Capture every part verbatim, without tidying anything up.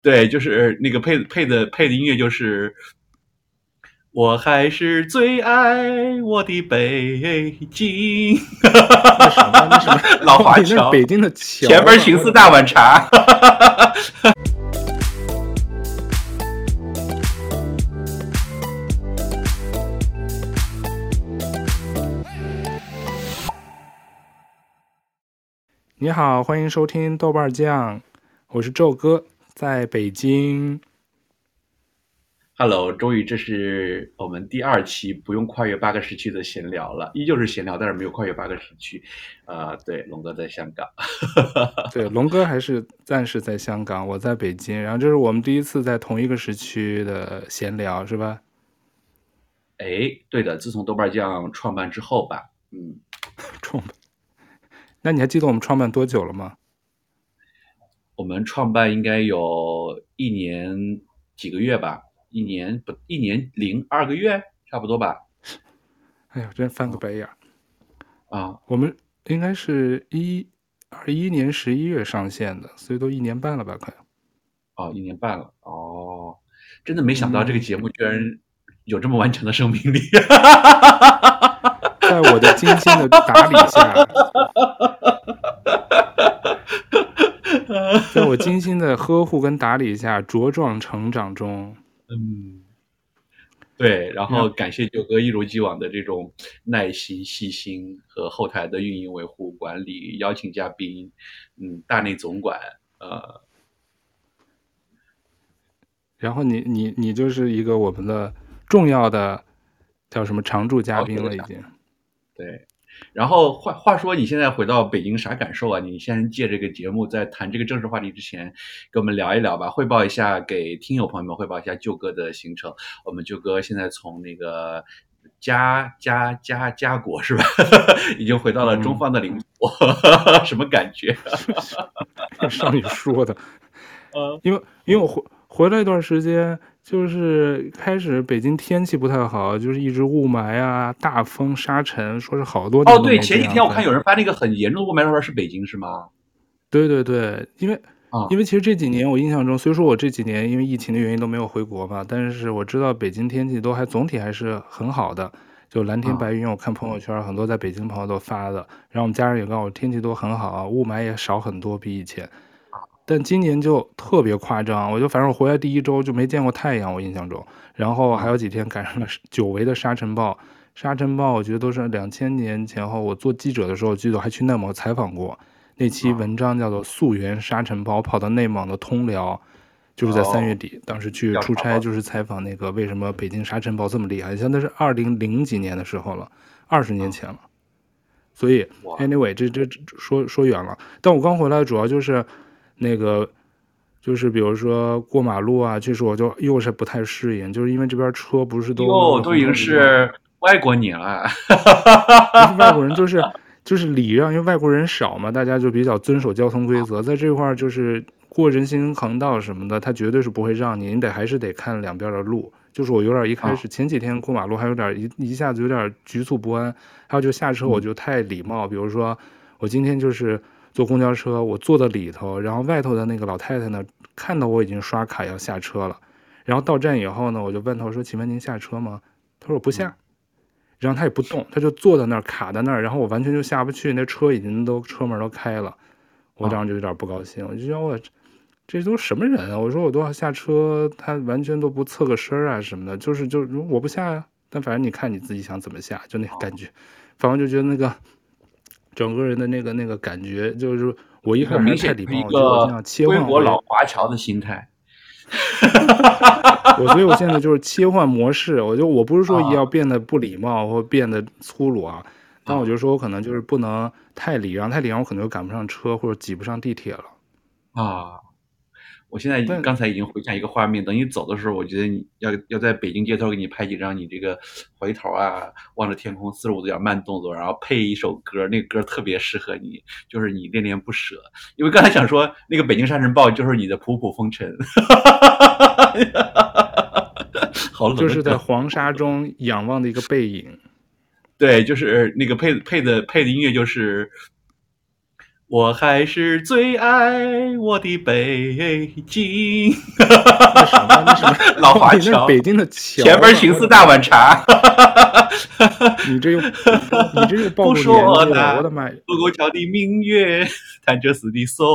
对，就是那个配配的配的音乐就是我还是最爱我的北京。 那什么那什么老华你那是侨， 北京的前边桥吧？ 寻思大碗茶。 你好，欢迎收听豆瓣酱，我是宙哥，在北京。 Hello，终于这是我们第二期不用跨越八个时区的闲聊了，依旧是闲聊，但是没有跨越八个时区。呃，对，龙哥在香港。 对，龙哥还是暂时在香港，我在北京，然后这是我们第一次在同一个时区的闲聊，是吧？ 哎，对的，自从豆瓣酱创办之后吧，嗯， 创办，那你还记得我们创办多久了吗？ 我们创办应该有一年几个月吧，一年不，一年零二个月，差不多吧。 哎呀，真翻个白眼。 啊， 我们应该是一二一年十一月上线的，所以都一年半了吧？快。 哦，一年半了。哦，真的没想到这个嗯， 节目居然有这么顽强的生命力。 在我的精心的打理下，在我精心的呵护跟打理下茁壮成长中。 嗯，对，然后然感谢九哥一如既往的这种耐心、细心和后台的运营维护管理，邀请嘉宾，嗯，大内总管。呃， 然后你你你就是一个我们的重要的叫什么常驻嘉教学的想宾了已经。 对。然后话话说，你现在回到北京啥感受啊？你先借这个节目，在谈这个正式话题之前，跟我们聊一聊吧，汇报一下给听友朋友们汇报一下舅哥的行程。我们舅哥现在从那个家家家家国是吧，已经回到了中嗯， 方的领土。什么感觉？ 上你说的， 呃， 因为因为我回回来一段时间，就是开始北京天气不太好，就是一直雾霾啊、大风、沙尘，说是好多哦，对， 年都没这前几天我看样在。 有人发那个很严重的雾霾，说是北京是吗？ 对对对，因为啊， 因为其实这几年我印象中，虽说我这几年因为疫情的原因都没有回国嘛，但是我知道北京天气都还总体还是很好的，就蓝天啊， 白云。我看朋友圈很多在北京朋友都发的，然后我们家人也告诉我天气都很好啊，雾霾也少很多比以前。但今年就特别夸张，我就反正我回来第一周就没见过太阳，我印象中，然后还啊， 有几天赶上了久违的沙尘暴。沙尘暴我觉得都是两千年前后，我做记者的时候，我记得我还去内蒙采访过。那期啊， 文章叫做《溯源沙尘暴》，我跑到内蒙的通辽，就是在三月哦， 底，当时去调查报道。 出差，就是采访那个为什么北京沙尘暴这么厉害。现在是二零零几年的时候了，二十年啊， 前了。所以哇， ，anyway，这这说说远了。但我刚回来，主要就是那个，就是比如说过马路啊，确实我就又是不太适应，就是因为这边车不是都那哟， 个都已经红灯绿道， 是外国你了。 不是外国人，就是就是礼让，因为外国人少嘛，大家就比较遵守交通规则，在这块儿就是过人行横道什么的，他绝对是不会让你，你得还是得看两边的路。就是我有点一开啊， 始前几天过马路还有点一一下子有点局促不安，还有就下车我嗯， 就太礼貌，比如说我今天就是坐公交车，我坐到里头，然后外头的那个老太太呢看到我已经刷卡要下车了，然后到站以后呢，我就问她我说请问您下车吗？她说我不嗯， 下。然后他也不动，他就坐在那儿卡在那儿，然后我完全就下不去，那车已经都车门都开了，我当啊， 时就有点不高兴，我就觉得我这都什么人啊？我说我都要下车，他完全都不侧个身啊什么的，就是就我不下呀，但反正你看你自己想怎么下，就那个感觉，反正就觉得那个整个人的那个那个感觉，就是我一一开始还个明显是一太礼貌，我觉得我一定个要切归国老换回华侨的心态。 我，所以我现在就是切换模式，我就我不是说啊， 要变得不礼貌或变得粗鲁啊，但我啊， 就说我可能就是不能太礼让，太礼让我可能就赶不上车或者挤不上地铁了。 啊！我现在但刚才已经回想一个画面，等你走的时候，我觉得你要要在北京街头给你拍几张你这个回头啊，望着天空四十五度角慢动作，然后配一首歌，那个歌特别适合你，就是你恋恋不舍。因为刚才想说那个北京沙尘暴就是你的普普风尘。好冷就是在的梗。 黄沙中仰望的一个背影。 对，就是那个配配的配的音乐就是我还是最爱我的北京。 那什么那什么， 老哦，你那是华侨， 北京的前桥吧？ 边秦四大我的妈呀！ 碗茶。 你这又你这又暴不露年纪了， 说那我的妈呀！ 卢沟桥的明月，潭柘寺的松。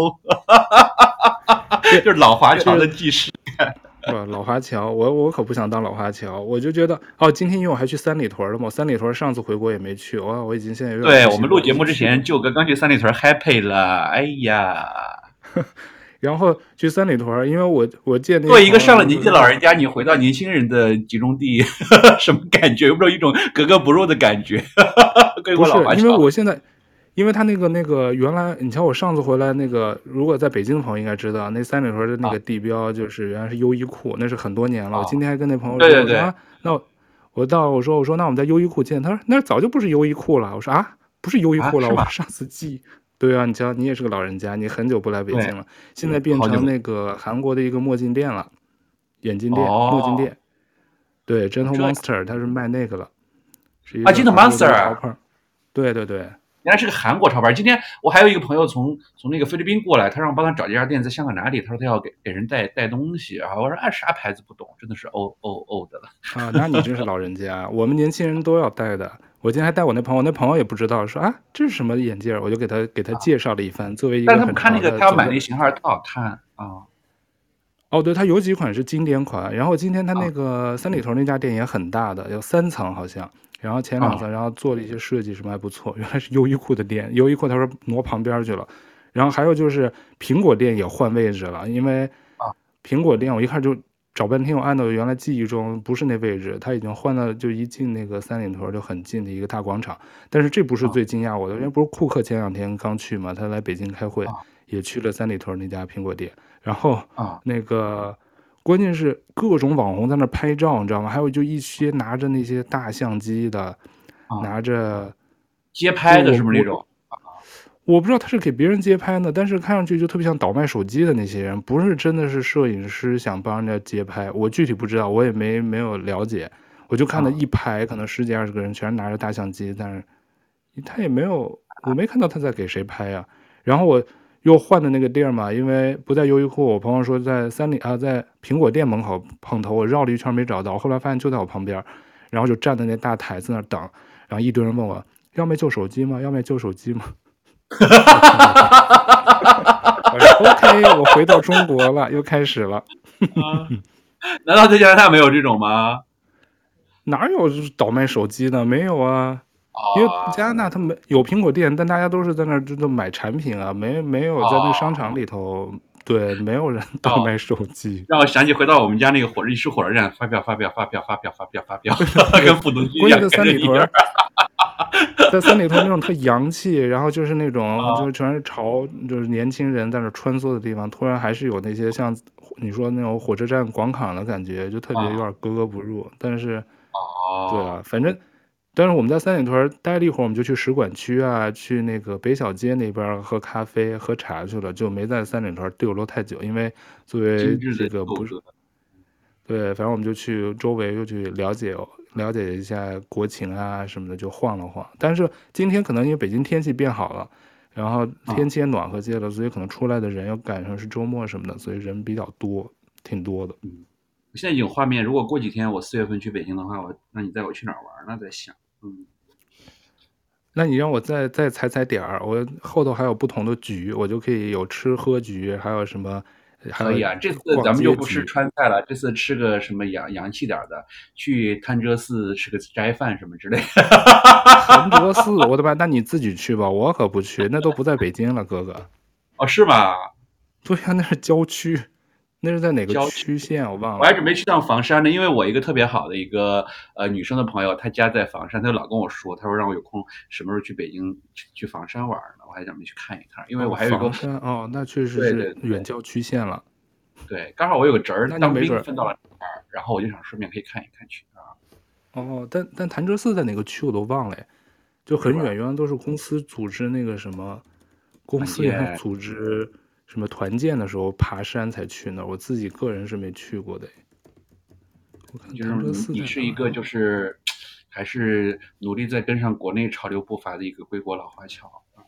这就是老华侨的这既视感。 不老华侨，我我可不想当老华侨，我就觉得哦，今天因为我还去三里屯了嘛，三里屯上次回国也没去，哇，我已经现在有点对， 不我们录习惯，一节目之前， 去都。 舅哥刚去三里屯 happy 了，哎呀， 然后去三里屯，因为我我见那作为一个些朋友上了年纪的都说， 老人家，你回到年轻人的集中地，什么感觉？有没有一种格格不入的感觉？归不是，因为国老华侨。 我现在，因为他那个那个原来，你瞧我上次回来那个，如果在北京的朋友应该知道，那三里屯的那啊个地标就是原来是优衣库，那是很多年了。我啊， 今天还跟那朋友说， 对对对我说啊，那我我到我说我说那我们在优衣库见，他说那早就不是优衣库了。我说啊，不是优衣啊， 库了， 是吗？ 我上次记。对啊，你瞧你也是个老人家，你很久不来北对， 京了，现在变好久不成那个韩国的一个墨镜店了，眼镜店、墨镜哦店。对哦， ，Gentle 这样 Monster 它是卖那个了，是一啊， 个金的韩国的一 Monster 个潮啊， 牌。对对对， 原来是个韩国潮牌。今天我还有一个朋友从从那个菲律宾过来，他让我帮他找这家店在香港哪里，他说他要给给人带带东西啊。我说啊，啥牌子不懂，真的是欧欧欧的了。 啊，那你真是老人家，我们年轻人都要戴的。我今天还带我那朋友，那朋友也不知道，说啊这是什么眼镜儿，我就给他给他介绍了一番。作为一个但是他们很潮的， 看那个他要走在买那型号特好看啊哦，对，它有几款是经典款，然后今天它啊那个三里屯那家店也很大的，有三层好像，然后前两啊层，然后做了一些设计什么还不错，原来是优衣库的店，优衣库他说挪旁边去了，然后还有就是苹果店也换位置了，因为啊苹果店我一看就找半天，我按照原来记忆中不是那位置，它已经换到就一进那个三里屯就很近的一个大广场，但是这不是啊最惊讶我的，因为不是库克前两天刚去嘛，他来北京开会， 啊也去了三里屯那家苹果店，然后啊那个关键是各种网红在那拍照，你知道吗？还有就一些拿着那些大相机的， 啊！ 拿着街拍的就我我是不是那种？ 我不知道他是给别人街拍呢，但是看上去就特别像倒卖手机的那些人，不是真的是摄影师想帮人家街拍。我具体不知道，我也没没有了解，我就看到啊一排可能十几二十个人全拿着大相机，但是他也没有，我没看到他在给谁拍啊。然后我又换的那个地儿嘛，因为不在优衣库，我朋友说在三里啊，在苹果店门口碰头，我绕了一圈没找到，后来发现就在我旁边，然后就站在那大台子那儿等，然后一堆人问我要卖旧手机吗？要卖旧手机吗？我看了看，我说 OK，我回到中国了，又开始了。 啊，难道在加拿大没有这种吗？ 哪有倒卖手机的？没有啊，因为啊加拿大他们有苹果店，但大家都是在那儿就买产品啊，没没有在那商哦场里头，对，没有人倒哦， 卖手机。 让我想起回到我们家那个火日式火车站，发票发票发票发票发票发票，跟复读机一样， 关键在跟着一样三里屯儿，在三里屯那种特洋气，然后就是那种就啊是全是潮，就是年轻人在那穿梭的地方，突然还是有那些像你说那种火车站广场的感觉，就特别有啊点格格不入。但是，对哦啊，反正，但是我们在三里屯待了一会儿，我们就去使馆区啊，去那个北小街那边喝咖啡、喝茶去了，就没在三里屯逗留太久，因为作为精致的这个不是豆哥对，反正我们就去周围又去了解了解一下国情啊什么的，就晃了晃。但是今天可能因为北京天气变好了，然后啊， 天气也暖和些了，所以可能出来的人要赶上是周末什么的，所以人比较多，挺多的。 嗯，我现在有画面，如果过几天我四月份去北京的话，我那你带我去哪儿玩呢？在想，嗯， 那你让我再再踩踩点儿，我后头还有不同的局，我就可以有吃喝局，还有什么，还有可以啊。这次逛咱们就不吃街局。 川菜了，这次吃个什么洋洋气点儿的，去潭柘寺吃个斋饭什么之类的。 潭柘寺，我的妈！那你自己去吧，我可不去，那都不在北京了，哥哥。 哦，是吗？ 对呀、那是郊区，那是在哪个郊区。 区县我忘我还了。 准备去趟房山呢，因为我一个特别好的一个呃女生的朋友，她家在房山，她就老跟我说，她说让我有空什么时候去北京去去房山玩呢，我还准备去看一看，因为我哦， 还有一个房山哦，那确实对是对对远郊区县了。 对，刚好我有个侄儿当那就没准儿兵分到了那儿，然后我就想顺便可以看一看去啊， 哦，但但潭柘寺在哪个区我都忘了哎，就是吧？ 很远，原来都是公司组织那个什么，公团司原来建组织什么团建的时候爬山才去那儿，我自己个人是没去过的哎。我看就是潭柘你寺在哪儿啊？ 你是一个就是还是努力在跟上国内潮流步伐的一个归国老华侨。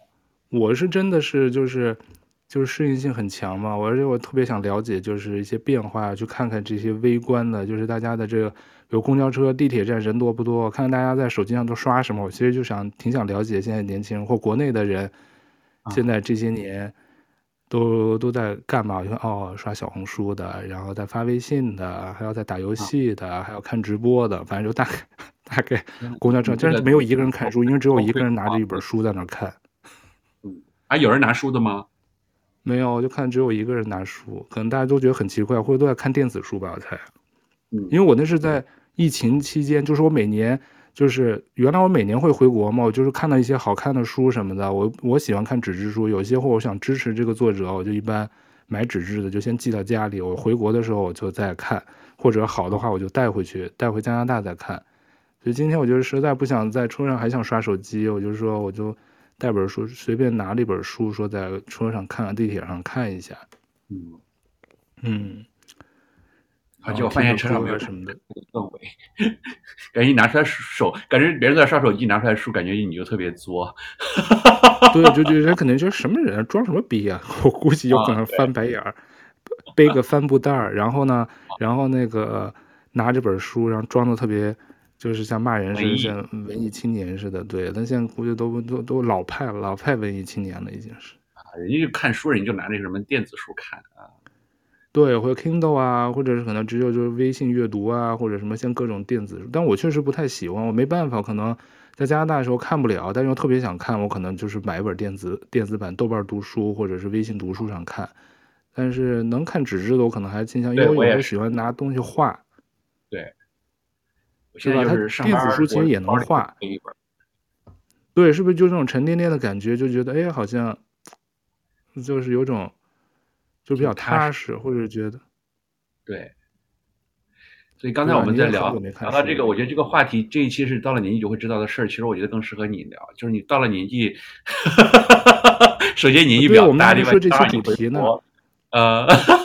我是真的是就是就是适应性很强嘛，而且我特别想了解就是一些变化，去看看这些微观的，就是大家的这个，比如公交车、地铁站人多不多，看看大家在手机上都刷什么，我其实就想挺想了解现在年轻人或国内的人，现啊在这些年都都在干嘛？就看哦，刷小红书的，然后在发微信的，还有在打游啊！ 戏的，还有看直播的，反正就大概大概天呐， 公交车， 你这个但是没有一个人看书，因为只有都一个人拿着会啊， 一本书在那儿看。 嗯，啊，有人拿书的吗？ 没有，我就看只有一个人拿书，可能大家都觉得很奇怪，或者都在看电子书吧，我猜。因嗯为我那是在疫情期间，就是我每年就是原来我每年会回国嘛，我就是看到一些好看的书什么的，我我喜欢看纸质书，有些或我想支持这个作者，我就一般买纸质的，就先寄到家里，我回国的时候我就再看，或者好的啊话我就带回去，带回加拿大再看。所以今天我就实在不想在车上还想刷手机，我就说我就带本书，随便拿了一本书，说在车上看，地铁上看一下。 嗯， 嗯， 好， 然结果发现后听个歌车上没有这啊什么的。 个氛围，感觉你拿出来手，感觉别人在刷手机，拿出来书，感觉你就特别作。 对，就觉得可能就是什么人啊装什么逼啊，我估计有可啊， 能对， 翻白眼儿，背个帆布袋儿，然后呢，然后那个拿着本书，然后装的特别，就是像骂人似的， 文艺像文艺青年似的。对，但现在估计都都都老派了，老派文艺青年了，已经是。 啊，人家就看书，人家就拿那个什么电子书看啊。 对，或者 Kindle 啊，或者是可能只有就是微信阅读啊，或者什么像各种电子书，但我确实不太喜欢，我没办法，可能在加拿大的时候看不了，但是又特别想看，我可能就是买一本电子电子版豆瓣读书或者是微信读书上看，但是能看纸质的，我可能还倾向，因为对， 我有时我也是， 候喜欢拿东西画， 对，我现是吧？它在就是上电子书班儿，我其实也包里会能画， 背一本儿。 对，是不是就这种沉甸甸的感觉，就觉得哎，好像就是有种就比较挺踏实。 踏实，或者觉得对，所以刚才我对吧？ 们在聊你也很久没看聊到这个， 书了。 我觉得这个话题这一期是到了年纪就会知道的事儿，其实我觉得更适合你聊，就是你到了年纪，首先年啊，对，我们纪比较大，另外还没说这期当然你会主题呢。 活，呃，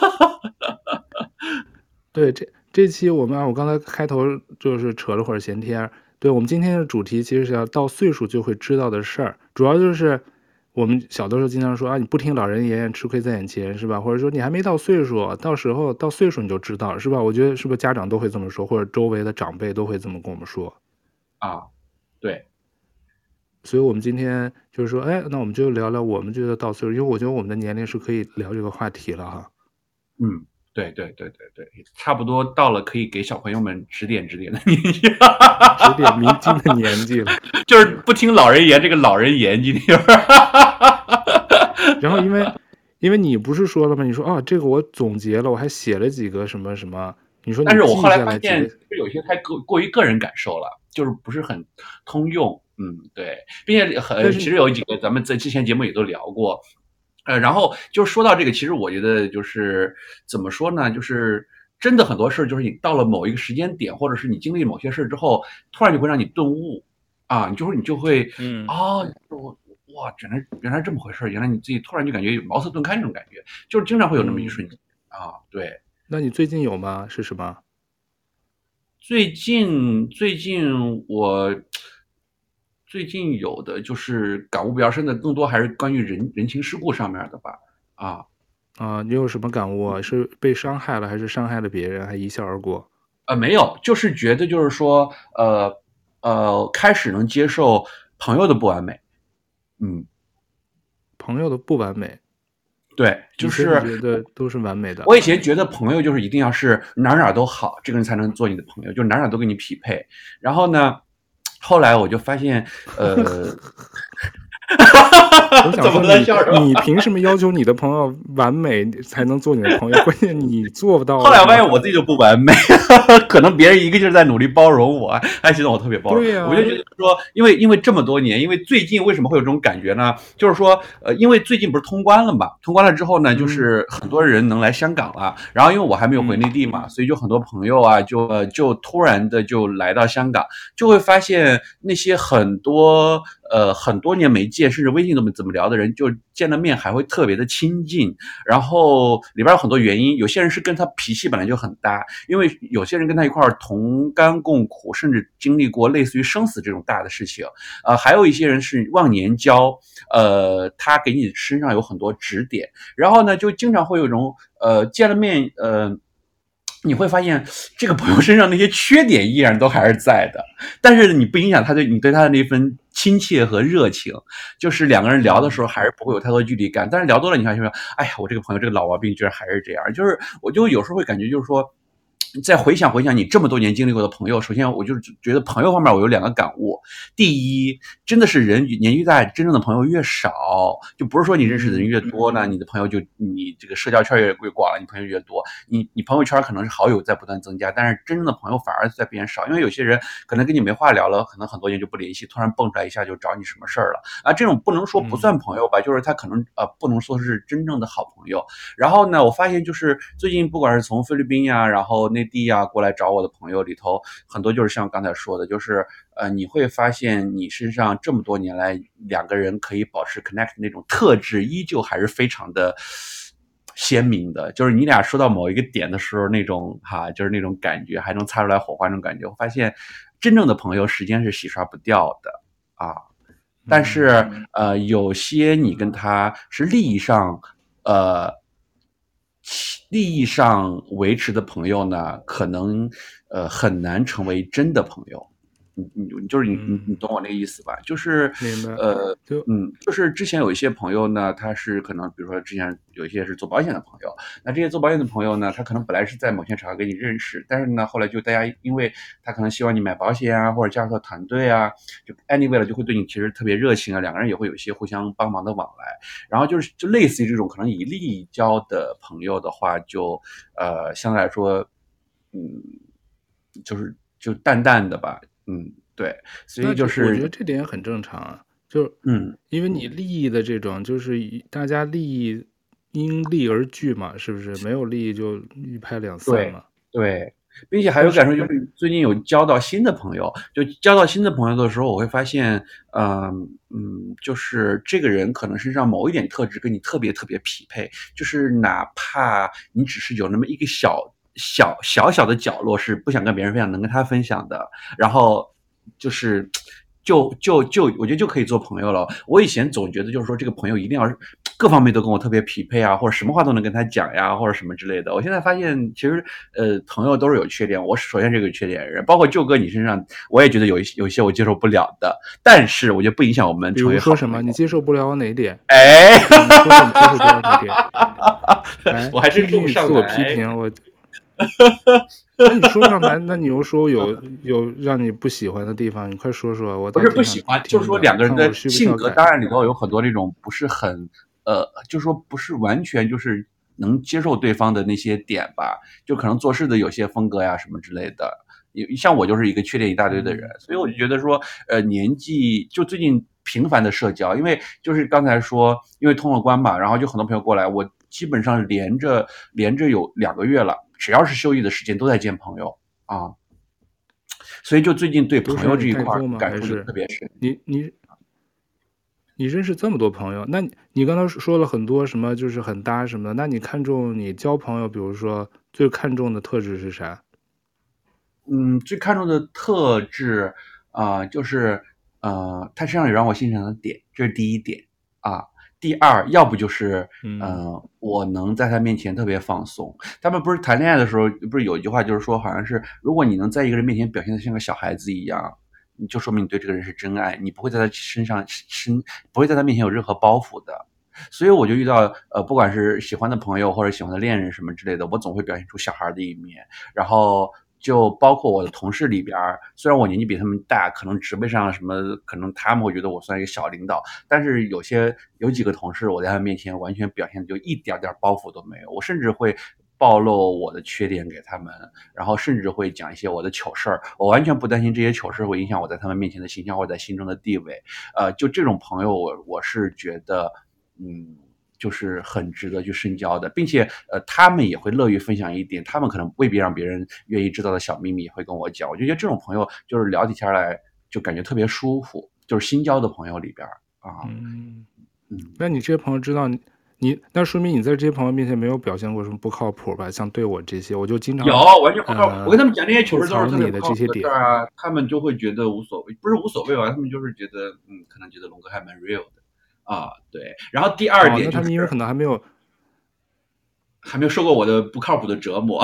对，这这期我们啊，我刚才开头就是扯了会儿闲天儿。对，我们今天的主题其实是要到岁数就会知道的事儿，主要就是我们小的时候经常说啊，你不听老人言，吃亏在眼前，是吧？或者说你还没到岁数，到时候到岁数你就知道，是吧？我觉得是不是家长都会这么说，或者周围的长辈都会这么跟我们说。 啊，对， 所以我们今天就是说，哎，那我们就聊聊我们觉得到岁数，因为我觉得我们的年龄是可以聊这个话题了哈。 嗯，对对对对对，差不多到了可以给小朋友们指点指点的年纪， 指点迷津的年纪了。 就是不听老人言，这个老人言今天然后因为因为你不是说了吗？你说啊，这个我总结了，我还写了几个什么什么，你说你记但是我后来下来几个， 发现，有些太过过于个人感受了，就是不是很通用。嗯，对，并且很但是其实有几个咱们在之前节目也都聊过。呃，然后就说到这个，其实我觉得就是怎么说呢，就是真的很多事儿，就是你到了某一个时间点，或者是你经历某些事儿之后，突然就会让你顿悟啊，你就是你就会嗯， 啊，我哇，原来原来这么回事儿，原来你自己突然就感觉有茅塞顿开那种感觉，就是经常会有那么一嗯， 瞬间啊，对。 那你最近有吗？是什么？ 最近最近我最近有的就是感悟比较深的，更多还是关于人人情世故上面的吧。啊， 啊，你有什么感悟啊？是被伤害了，还是伤害了别人，还一笑而过？ 呃，没有，就是觉得就是说，呃呃，开始能接受朋友的不完美。嗯， 朋友的不完美， 对，就以前你是觉得都是完美的。 我以前觉得朋友就是一定要是哪儿哪儿都好，这个人才能做你的朋友，就是哪儿哪儿都跟你匹配。然后呢，后来我就发现，呃， 我想怎么说你了笑什么？ 你凭什么要求你的朋友完美才能做你的朋友？关键你做不到后来我发是吗？ 现我自己就不完美，可能别人一个劲儿在努力包容我，还觉得我特别包容。 对呀、 我就觉得说，因为因为这么多年，因为最近为什么会有这种感觉呢？就是说，呃，因为最近不是通关了嘛，通关了之后呢，就嗯是很多人能来香港了。然后因为我还没有回嗯内地嘛，所以就很多朋友啊，就呃就突然的就来到香港，就会发现那些很多呃很多年没见，甚至微信都没怎么聊的人，就见了面还会特别的亲近。然后里边有很多原因，有些人是跟他脾气本来就很搭，因为有些人跟他一块儿同甘共苦，甚至经历过类似于生死这种大的事情。呃，还有一些人是忘年交，呃，他给你身上有很多指点，然后呢，就经常会有一种呃见了面，呃。你会发现这个朋友身上那些缺点依然都还是在的，但是你不影响他对你对他的那份亲切和热情，就是两个人聊的时候还是不会有太多距离感。但是聊多了，你看就说，哎呀，我这个朋友这个老毛病居然还是这样，就是我就有时候会感觉就是说。再回想回想你这么多年经历过的朋友，首先我就是觉得朋友方面我有两个感悟。第一，真的是人年纪大，真正的朋友越少，就不是说你认识的人越多呢，你的朋友就你这个社交圈越越广了，你朋友越多，你你朋友圈可能是好友在不断增加，但是真正的朋友反而在变少，因为有些人可能跟你没话聊了，可能很多年就不联系，突然蹦出来一下就找你什么事儿了啊，这种不能说不算朋友吧，就是他可能呃不能说是真正的好朋友。然后呢，我发现就是最近不管是从菲律宾呀，然后内地呀过来找我的朋友里头，很多就是像刚才说的，就是呃你会发现你身上这么多年来两个人可以保持 connect 那种特质，依旧还是非常的鲜明的。就是你俩说到某一个点的时候，那种哈，就是那种感觉，还能擦出来火花那种感觉。我发现真正的朋友时间是洗刷不掉的啊。但是呃，有些你跟他是利益上呃利益上维持的朋友呢，可能呃很难成为真的朋友。你你就是你你你懂我那个意思吧？就是明白， 呃就嗯，就是之前有一些朋友呢，他是可能比如说之前有一些是做保险的朋友，那这些做保险的朋友呢，他可能本来是在某些场合跟你认识，但是呢后来就大家因为他可能希望你买保险啊，或者加入到团队啊，就 anyway 了，就会对你其实特别热情啊，两个人也会有一些互相帮忙的往来。然后就是就类似于这种可能以利益交的朋友的话，就呃相对来说，嗯，就是就淡淡的吧，嗯，对，所以那这我觉得就是这点很正常啊，就嗯， 因为你利益的这种，就是以大家利益因利而聚嘛，是不是？没有利益就一拍两散对嘛。 对，并且还有但是感受就是最近有交到新的朋友，就交到新的朋友的时候，我会发现，嗯嗯，就是这个人可能身上某一点特质跟你特别特别匹配，就是哪怕你只是有那么一个小小小小的角落是不想跟别人分享，能跟他分享的，然后就是就就就我觉得就可以做朋友了。我以前总觉得就是说这个朋友一定要各方面都跟我特别匹配啊，或者什么话都能跟他讲呀，或者什么之类的。我现在发现其实呃朋友都是有缺点，我首先是个有缺点的人，包括舅哥你身上我也觉得有一些有一些我接受不了的，但是我觉得不影响我们比成为如说什么，你好朋友。 接受不了哪一点？ 哎， 你你说说你接受不了哪一点？来， 我还真批说不评与自我上来。 批评，我那你说不上来，那你又说有有让你不喜欢的地方，你快说说，我不是倒挺想不喜欢，就是听的， 说两个人的看我需不需性格， 要改。 当然里头有很多这种不是很，呃，就是说不是完全就是能接受对方的那些点吧，就可能做事的有些风格呀什么之类的。也像我就是一个缺点一大堆的人， 嗯所以我就觉得说，呃，年纪就最近频繁的社交，因为就是刚才说，因为通了关嘛，然后就很多朋友过来，我基本上连着连着有两个月了，只要是休息的时间都在见朋友啊。所以就最近对朋都是让你友这一块代沟吗？ 感触就还是特别深。 你你你认识这么多朋友，那你你刚才说了很多什么，就是很搭什么的，那你看重你交朋友，比如说最看重的特质是啥？ 嗯，最看重的特质啊、呃就是呃，他身上有让我欣赏的点，这是第一点啊。第二，要不就是嗯， 呃，我能在他面前特别放松。他们不是谈恋爱的时候，不是有一句话就是说，好像是如果你能在一个人面前表现的像个小孩子一样，你就说明你对这个人是真爱，你不会在他身上身不会在他面前有任何包袱的。所以我就遇到呃，不管是喜欢的朋友或者喜欢的恋人什么之类的，我总会表现出小孩的一面。然后就包括我的同事里边，虽然我年纪比他们大，可能职位上什么，可能他们会觉得我算一个小领导，但是有些有几个同事，我在他们面前完全表现的就一点点包袱都没有，我甚至会暴露我的缺点给他们，然后甚至会讲一些我的糗事儿，我完全不担心这些糗事会影响我在他们面前的形象或者在心中的地位。呃，就这种朋友我，我是觉得，嗯。就是很值得去深交的，并且呃，他们也会乐于分享一点他们可能未必让别人愿意知道的小秘密，也会跟我讲。我就觉得这种朋友就是聊起天来就感觉特别舒服。 就是新交的朋友里边啊。 嗯嗯， 那你这些朋友知道你你那说明你在这些朋友面前没有表现过什么不靠谱吧？像对我这些，我就经有常完全不靠谱。我呃跟他们讲这些糗吐事都是特别槽你的不靠谱的事这些点。 儿啊，他们就会觉得无所谓，不是无所谓吧？他们就是觉得，嗯，可能觉得龙哥还蛮 real 的啊。对，然后第二哦， 点就是那他们因为可能还没有还没有受过我的不靠谱的折磨。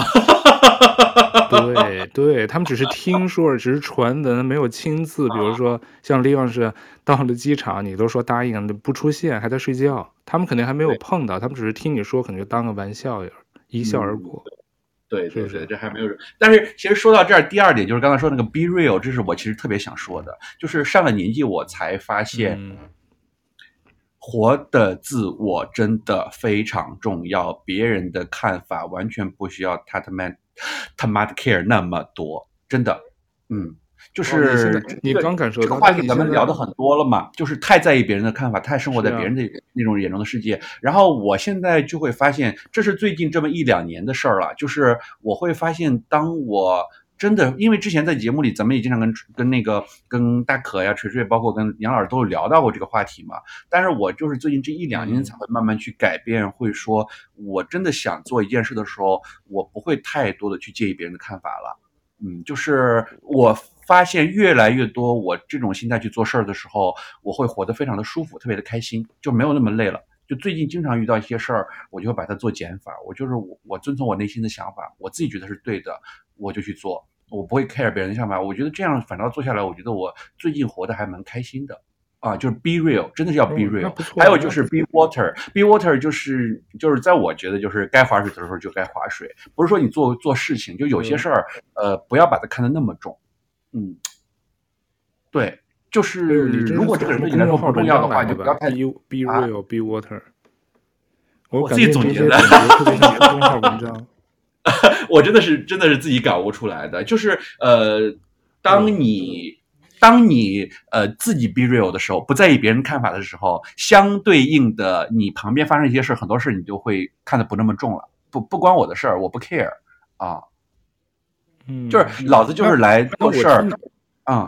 对对，他们只是听说，只是传闻，没有亲自。比如说像 Leon 是到了机场，你都说答应了不出现，还在睡觉，他们肯定还没有对， 碰到，他们只是听你说，可能就当个玩笑，一笑而嗯， 过， 对对对， 是不是？ 这还没有。但是其实说到这儿，第二点就是刚才说那个 be real，这是我其实特别想说的，就是上了年纪我才发现， 嗯活的自我真的非常重要，别人的看法完全不需要他他妈他妈的 care 那么多，真的。嗯，就哦，你现是在你这个刚感受到， 这个话题咱但你现在们聊的很多了嘛，就是太在意别人的看法，太生活是啊， 在别人的那种眼中的世界。然后我现在就会发现，这是最近这么一两年的事儿了，就是我会发现，当我真的，因为之前在节目里，咱们也经常跟跟那个跟大可呀、锤锤，包括跟杨老师都有聊到过这个话题嘛。但是我就是最近这一两年嗯才会慢慢去改变，会说我真的想做一件事的时候，我不会太多的去介意别人的看法了。嗯，就是我发现越来越多，我这种心态去做事儿的时候，我会活得非常的舒服，特别的开心，就没有那么累了。就最近经常遇到一些事儿，我就会把它做减法，我就是我我遵从我内心的想法，我自己觉得是对的，我就去做。我不会 care 别人的想法，我觉得这样反倒做下来，我觉得我最近活得还蛮开心的啊，就是 be real，真的是要 be 哦，那 real。 不错啊， 还有就是 be water，be water 就是就是在我觉得就是该划水的时候就该划水，不是说你做做事情就有些就事儿呃不要把它看得那么重。嗯，对，就是哎呦，你这如果这个是从什么人对你来说不公众号文重要的话， 章来的吧就不要太 ？Be be 啊， real, be water。我我自感觉你己总结的。 这些总结特别像公众号文章。 我真的是真的是自己感悟出来的，就是呃，当哎呦， 你当你呃自己 be real 的时候，不在意别人看法的时候，相对应的，你旁边发生一些事，很多事你就会看得不那么重了，不不关我的事儿，我不 care 啊，就是嗯， 老子就那是来那做事儿。 我听嗯，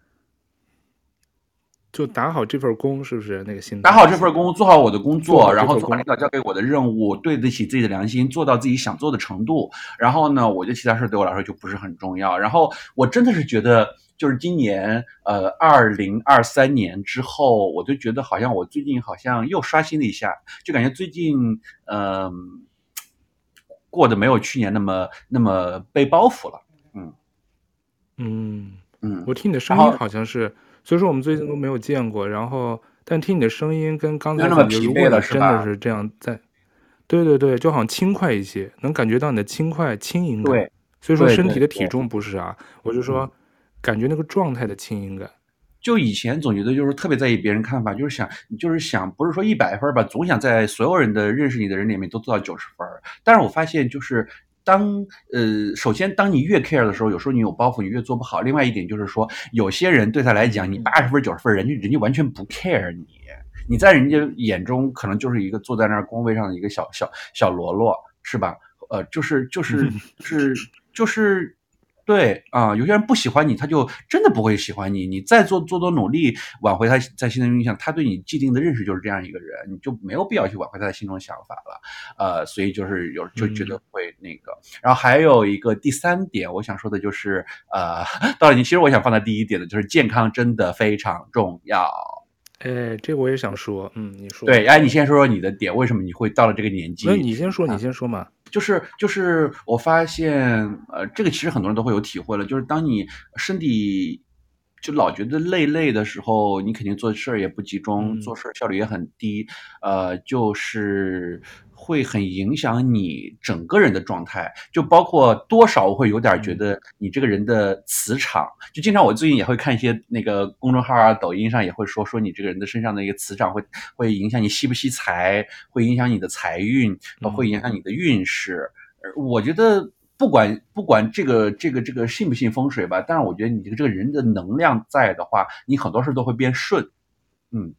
就打好这份工，是不是那个心打好态？ 这份工，做好我的工做作，然后好这份工， 做好领导交给我的任务，对得起自己的良心，做到自己想做的程度。然后呢，我觉得其他事对我来说就不是很重要。然后我真的是觉得，就是今年呃二零二三年之后，我就觉得好像我最近好像又刷新了一下，就感觉最近嗯、呃、过得没有去年那么那么背包袱了。嗯嗯， 嗯， 我听你的声音然后好像是，所以说我们最近都没有见过，然后但听你的声音跟刚没有那么才感觉，如果疲惫了，是吧？ 你真的是这样在，对对对，就好像轻快一些，能感觉到你的轻快轻盈感。 对所以说对对身体的体对。 重不是啊，我就嗯。 说感觉那个状态的轻盈感。 就以前总觉得就是特别在意别人看法，就是想就是想不是说一百分吧，总想在所有人的认识你的人里面都做到九十分。但是我发现就是当呃，首先当你越 care 的时候，有时候你有包袱，你越做不好。另外一点就是说，有些人对他来讲，你嗯八十分九十分，人家人家完全不 care 你，你在人家眼中可能就是一个坐在那儿工位上的一个小小小喽啰，是吧？呃，就是就是是就是对啊，有些人不喜欢你，他就真的不会喜欢你。你再做做多努力挽回他在心中印象，他对你既定的认识就是这样一个人，你就没有必要去挽回他的心中想法了。呃，所以就是有就觉嗯， 得会那个。然后还有一个第三点，我想说的就是呃，到你其实我想放在第一点的就是健康真的非常重要。 哎，这我也想说，嗯，你说， 对，哎，你先说说你的点，为什么你会到了这个年那纪你先说，你先说嘛。 就是就是我发现，呃，这个其实很多人都会有体会了，就是当你身体就老觉得累累的时候，你肯定做事儿也不集中， 嗯做事儿效率也很低，呃，就是会很影响你整个人的状态，就包括多少会有点觉嗯得你这个人的磁场，就经常我最近也会看一些那个公众号啊、抖音上也会说说你这个人的身上的一个磁场会会影响你吸不吸财，会影响你的财运，呃会嗯影响你的运势。呃我觉得不管不管这个这个这个信不信风水吧，但是我觉得你这个这个人的能量在的话，你很多事都会变顺。嗯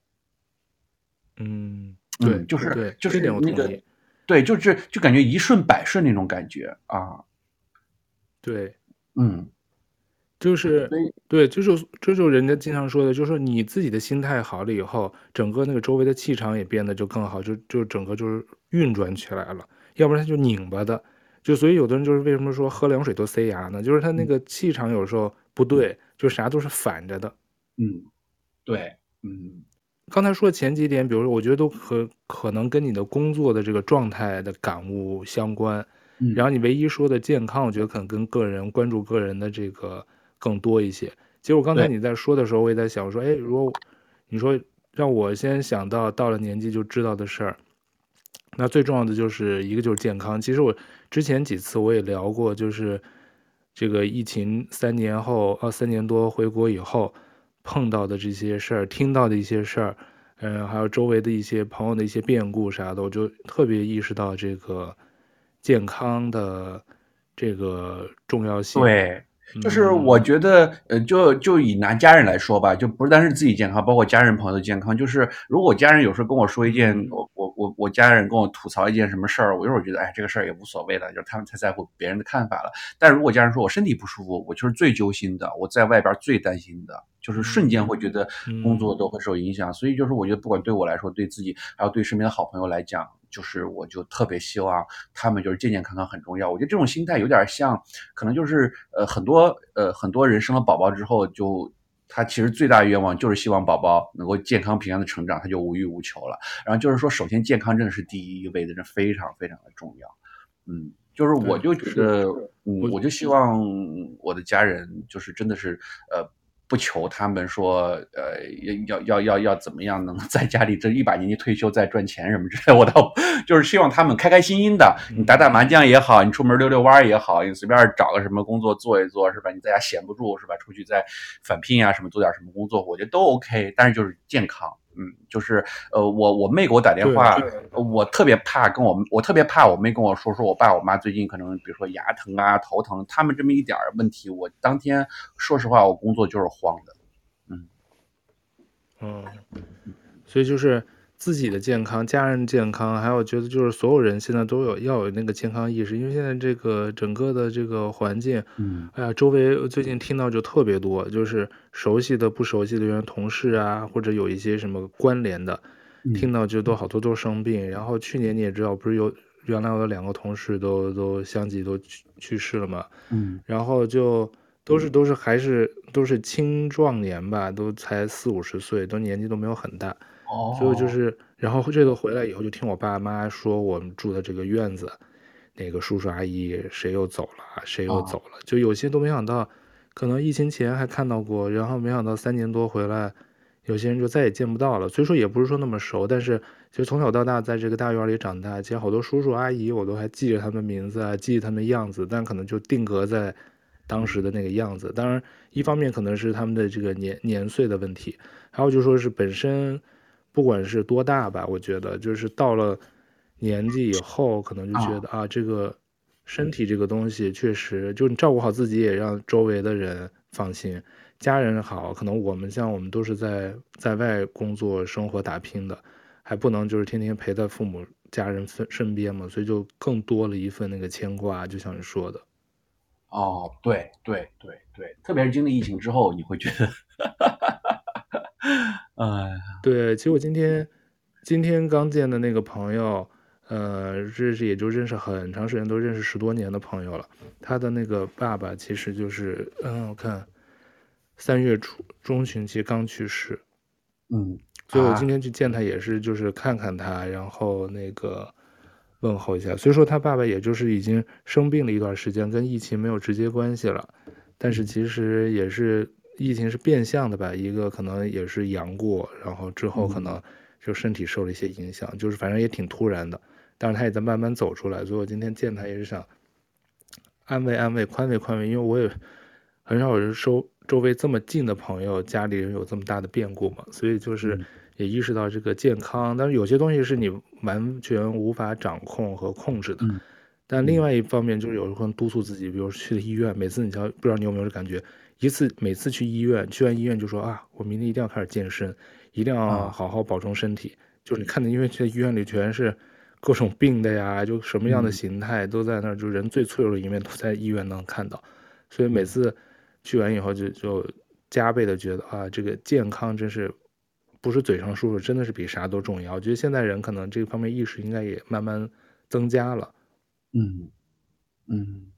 嗯， 嗯， 对就是对， 就这点是那个， 我同意。 对，就是就感觉一顺百顺那种感觉啊。 对。 嗯就是所以对，就是这就是人家经常说的，就是说你自己的心态好了以后，整个那个周围的气场也变得就更好，就就整个就是运转起来了，要不然它就拧巴的。就所以有的人就是为什么说喝凉水都塞牙呢？就是他那嗯个气场有时候不对，就啥都是反着的。 嗯，对，嗯刚才说的前几点，比如说我觉得都可可能跟你的工作的这个状态的感悟相关。然嗯， 后你唯一说的健康，我觉得可能跟个人关注个人的这个更多一些。其实我刚才对， 你在说的时候，我也在想说，哎，如果你说让我先想到到了年纪就知道的事儿，那最重要的就是一个就是健康。其实我之前几次我也聊过，就是这个疫情三年后，呃三年多回国以后碰到的这些事儿，听到的一些事儿，嗯，还有周围的一些朋友的一些变故啥的，我就特别意识到这个健康的这个重要性。 对，就是我嗯觉得，呃，就就以拿家人来说吧，就不单是自己健康，包括家人朋友的健康。就是如果我家人有时候跟我说一件， 嗯我我我我家人跟我吐槽一件什么事儿，我有时候觉得，哎，这个事儿也无所谓了，就是他们太在乎别人的看法了。但如果家人说我身体不舒服，我就是最揪心的，我在外边最担心的，就是瞬间嗯会觉得工嗯， 作都会受影响。所以就是我觉得，不管对我来说，对自己，还有对身边的好朋友来讲，就是我就特别希望他们就是健健康康很重要。我觉得这种心态有点像，可能就是呃很多呃很多人生了宝宝之后就。他其实最大的愿望就是希望宝宝能够健康平安的成长，他就无欲无求了。然后就是说，首先健康真的是第一位的，这非常非常的重要。嗯，就是我对， 就觉是， 得，嗯， 我我就希望我的家人就是真的是，呃，不求他们说，呃，要要要要怎么样能在家里这一把年纪退休再赚钱什么之类的，我倒就是希望他们开开心心的，你打嗯。 打麻将也好，你出门溜溜弯也好，你随便找个什么工作做一做是吧？你在家闲不住是吧？出去再返聘啊什么做点什么工作，我觉得都 OK，但是就是健康。嗯，就是呃，我我妹给我打电对， 话，我特别怕跟我我特别怕我妹跟我说说我爸我妈最近可能比如说牙疼啊头疼，他们这么一点问题，我当天说实话我工作就是慌的。嗯嗯，所以就是自己的健康、家人健康，还有觉得就是所有人现在都有要有那个健康意识，因为现在这个整个的这个环境， 嗯哎呀，周围最近听到就特别多，就是熟悉的、不熟悉的原同事啊，或者有一些什么关联的，听嗯到就都好多都生病。然后去年你也知道，不是有原来我的两个同事都都相继都去去世了嘛， 嗯， 然后就都是都是还是都是青壮年吧，都才四五十岁，都年纪都没有很大。所以就哦， 是，然后这个回来以后，就听我爸妈说，我们住的这个院子，那个叔叔阿姨谁又走了，谁又啊， 走了，就有些都没想到，可能疫情前还看到过，然后没想到三年多回来，有些人就再也见不到了。虽说也不是说那么熟，但是其实从小到大在这个大院里长大，其实好多叔叔阿姨我都还记着他们名字啊，记着他们样子，但可能就定格在当时的那个样子。当然，一方面可能是他们的这个年年岁的问题，还有就说是本身。不管是多大吧，我觉得就是到了年纪以后，可能就觉啊， 得啊，这个身体这个东西确实，就你照顾好自己，也让周围的人放心。家人好，可能我们像我们都是在在外工作、生活、打拼的，还不能就是天天陪在父母、家人身身边嘛，所以就更多了一份那个牵挂，就像你说的。 哦，对对对对，特别是经历疫情之后，你会觉得，哎， 对，其实我今天今天刚见的那个朋友，呃，认识也就认识很长时间，都认识十多年的朋友了。他的那个爸爸其实就是，嗯，我看三月初中旬其实刚去世， 嗯所以我今啊， 天去见他也是就是看看他，然后那个问候一下。所以说他爸爸也就是已经生病了一段时间，跟疫情没有直接关系了，但是嗯其实也是疫情是变相的吧，一个可能也是阳过，然后之后可嗯能就身体受了一些影响，就是反正也挺突然的，但是他也在慢慢走出来，所以我今天见他也是想安慰安慰、宽慰宽慰，因为我也很少有人收周围这么近的朋友，家里人有这么大的变故嘛，所以就是嗯也意识到这个健康，但是有些东西是你完全无法掌控和控制的。 嗯但另嗯外一方面就是有时候督促自己，比如去医院，每次你知道不知道你有没有这感觉，一次每次去医院，去完医院就说啊，我明天一定要开始健身，一定要啊， 好好保重身体。就是你看的，因为这医院里全是各种病的呀，就什么样的嗯形态都在那儿，就人最脆弱的一面都在医院能看到，所以每嗯次去完以后就就加倍的觉得啊，这个健康真是不是嘴上说说，真的是比啥都重要。我觉得现在人可能这方面意识应该也慢慢增加了。 嗯嗯。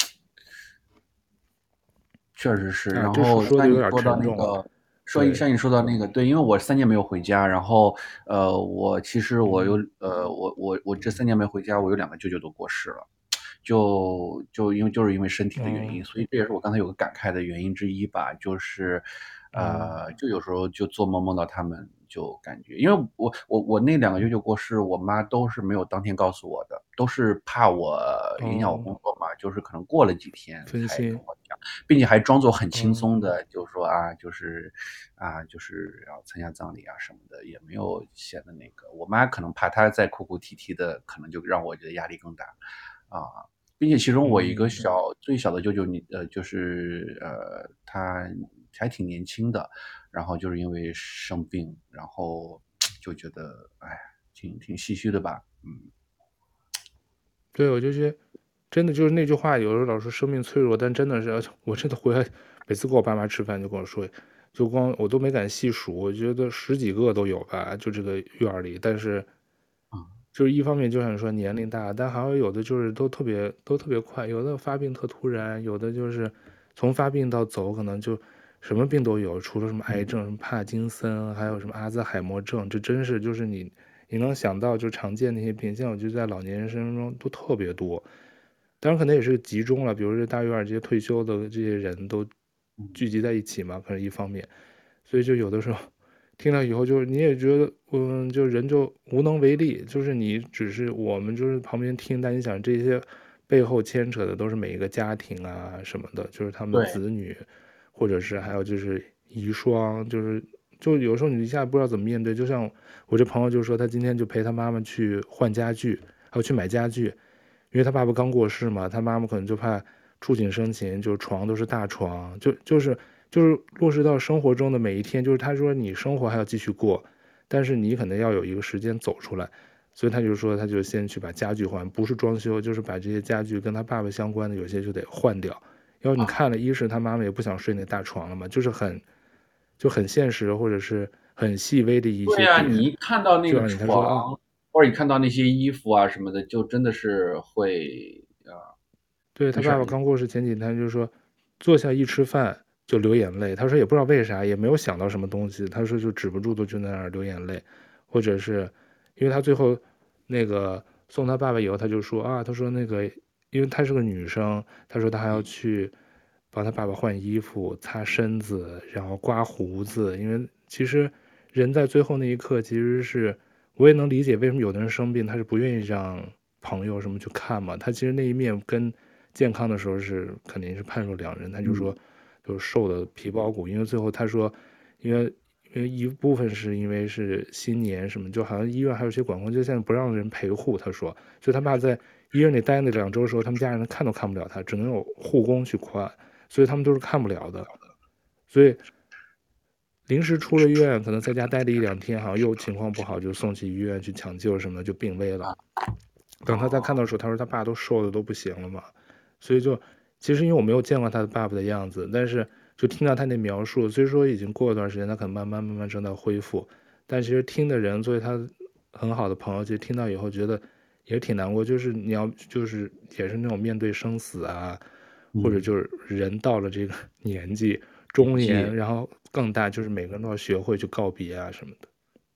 确实是， 啊， 然这说后说的有点像你说到沉重了。 那个，说对， 像你说到那个，对，因为我三年没有回家，然后呃，我其实我有嗯呃，我我我这三年没回家，我有两个舅舅都过世了，就就因为就是因为身体的原哦因，所以这也是我刚才有个感慨的原因之一吧，就是嗯呃，就有时候就做梦梦到他们，就感觉，因为我我我那两个舅舅过世，我妈都是没有当天告诉我的，都是怕我影响我哦， 工作嘛，就是可能过了几天才跟分心， 我讲。并且还装作很轻嗯。 松的，就说啊，就是啊，就是要参加葬礼啊什么的，也没有显得那个。我妈可能怕她再哭哭啼啼的，可能就让我觉得压力更大啊。并且其中我一个嗯， 小最小的舅舅，你呃，就是呃，他还挺年轻的，然后就是因为生病，然后就觉得哎，挺挺唏嘘的吧，嗯。 对，我就觉得真的就是那句话，有时候老说生命脆弱，但真的是，我真的回来每次跟我爸妈吃饭就跟我说，就光我都没敢细数，我觉得十几个都有吧，就这个院儿里。但是嗯就是一方面就想说年龄大，但好像有的就是都特别都特别快，有的发病特突然，有的就是从发病到走可能就什么病都有，除了什么癌嗯症、什么帕金森，还有什么阿兹海默症，这真是就是你你能想到就常见那些病，现在我觉得在老年人身中都特别多。当然可能也是集中了，比如这大院儿这些退休的这些人都嗯， 聚集在一起嘛，可能一方面。所以就有的时候听了以后，就是你也觉得，嗯，就人就无能为力，就是你只是我们就是旁边听，但你想这些背后牵扯的都是每一个家庭啊什么的，就是他们的对， 子女，或者是还有就是遗孀，就是就有时候你一下不知道怎么面对。就像我这朋友就说，他今天就陪他妈妈去换家具，还有去买家具，因为他爸爸刚过世嘛，他妈妈可能就怕触景生情，就是床都是大床，就就是就是落实到生活中的每一天，就是他说你生活还要继续过，但是你可能要有一个时间走出来，所以他就说他就先去把家具换，不是装修，就是把这些家具跟他爸爸相关的有些就得换掉。要你啊。 看了，一是他妈妈也不想睡那大床了嘛，就是很就很现实或者是很细微的一对呀， 些点， 你一看到那个就让你他说啊， 床，或者你看到那些衣服啊什么的，就真的是会啊， 对，他爸爸没事儿你刚过世前几天就说，坐下一吃饭就流眼泪。他说也不知道为啥，也没有想到什么东西，他说就止不住的就在那儿流眼泪，或者是因为他最后那个送他爸爸以后，他就说啊，他说那个因为她是个女生，他说他还要去帮他爸爸换衣服、擦身子，然后刮胡子，因为其实人在最后那一刻其实是我也能理解为什么有的人生病，他是不愿意让朋友什么去看嘛。他其实那一面跟健康的时候是肯定是判若两人。他就说， 嗯， 就是瘦的皮包骨，因为最后他说，因为因为一部分是因为是新年什么，就好像医院还有些管控，就现在不让人陪护。他说，就他爸在医院里待那两周的时候，他们家人看都看不了他，只能有护工去看，所以他们都是看不了的。所以临时出了院，可能在家待了一两天，好像又情况不好，就送去医院去抢救什么的，就病危了。 啊， 等他再看到的时候，他说他爸都瘦的都不行了嘛，所以就其实因为我没有见过他的爸爸的样子，但是就听到他那描述，虽说已经过一段时间，他可能慢慢慢慢正在恢复，但其实听的人作为他很好的朋友，其实听到以后觉得也挺难过，就是你要就是也是那种面对生死啊，或者嗯， 就是人到了这个年纪中年， 年纪然后更大，就是每个人都要学会去告别啊什么的。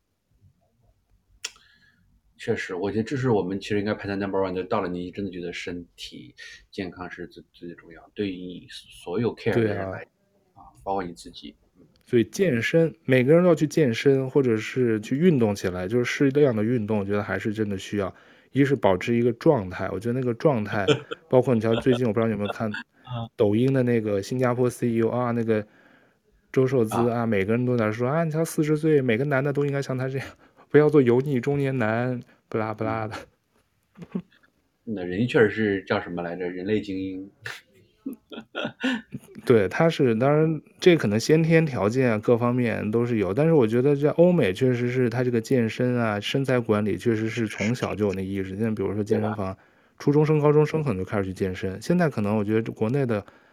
确实，我觉得这是我们其实应该排在 number one 的。到了年纪，真的觉得身体健康是最最重要，对于你所有 care 对啊， 的人来啊，包括你自己。 所以健身，每个人都要去健身，或者是去运动起来，就是适量的运动，我觉得还是真的需要。一是保持一个状态，我觉得那个状态，包括你像最近我不知道你有没有看啊抖音的那个新加坡 C E O 啊，那个周受资啊， 啊，每个人都在说啊，你才四十岁，每个男的都应该像他这样，不要做油腻中年男，不拉不拉嗯， 的。 那人家确实是叫什么来着？人类精英。 对，他是当然这可能先天条件啊，各方面都是有，但是我觉得在欧美确实是他这个健身啊、身材管理确实是从小就有那意识。现在比如说对吧？ 健身房，初中生、高中生可能就开始去健身，现在可能我觉得国内的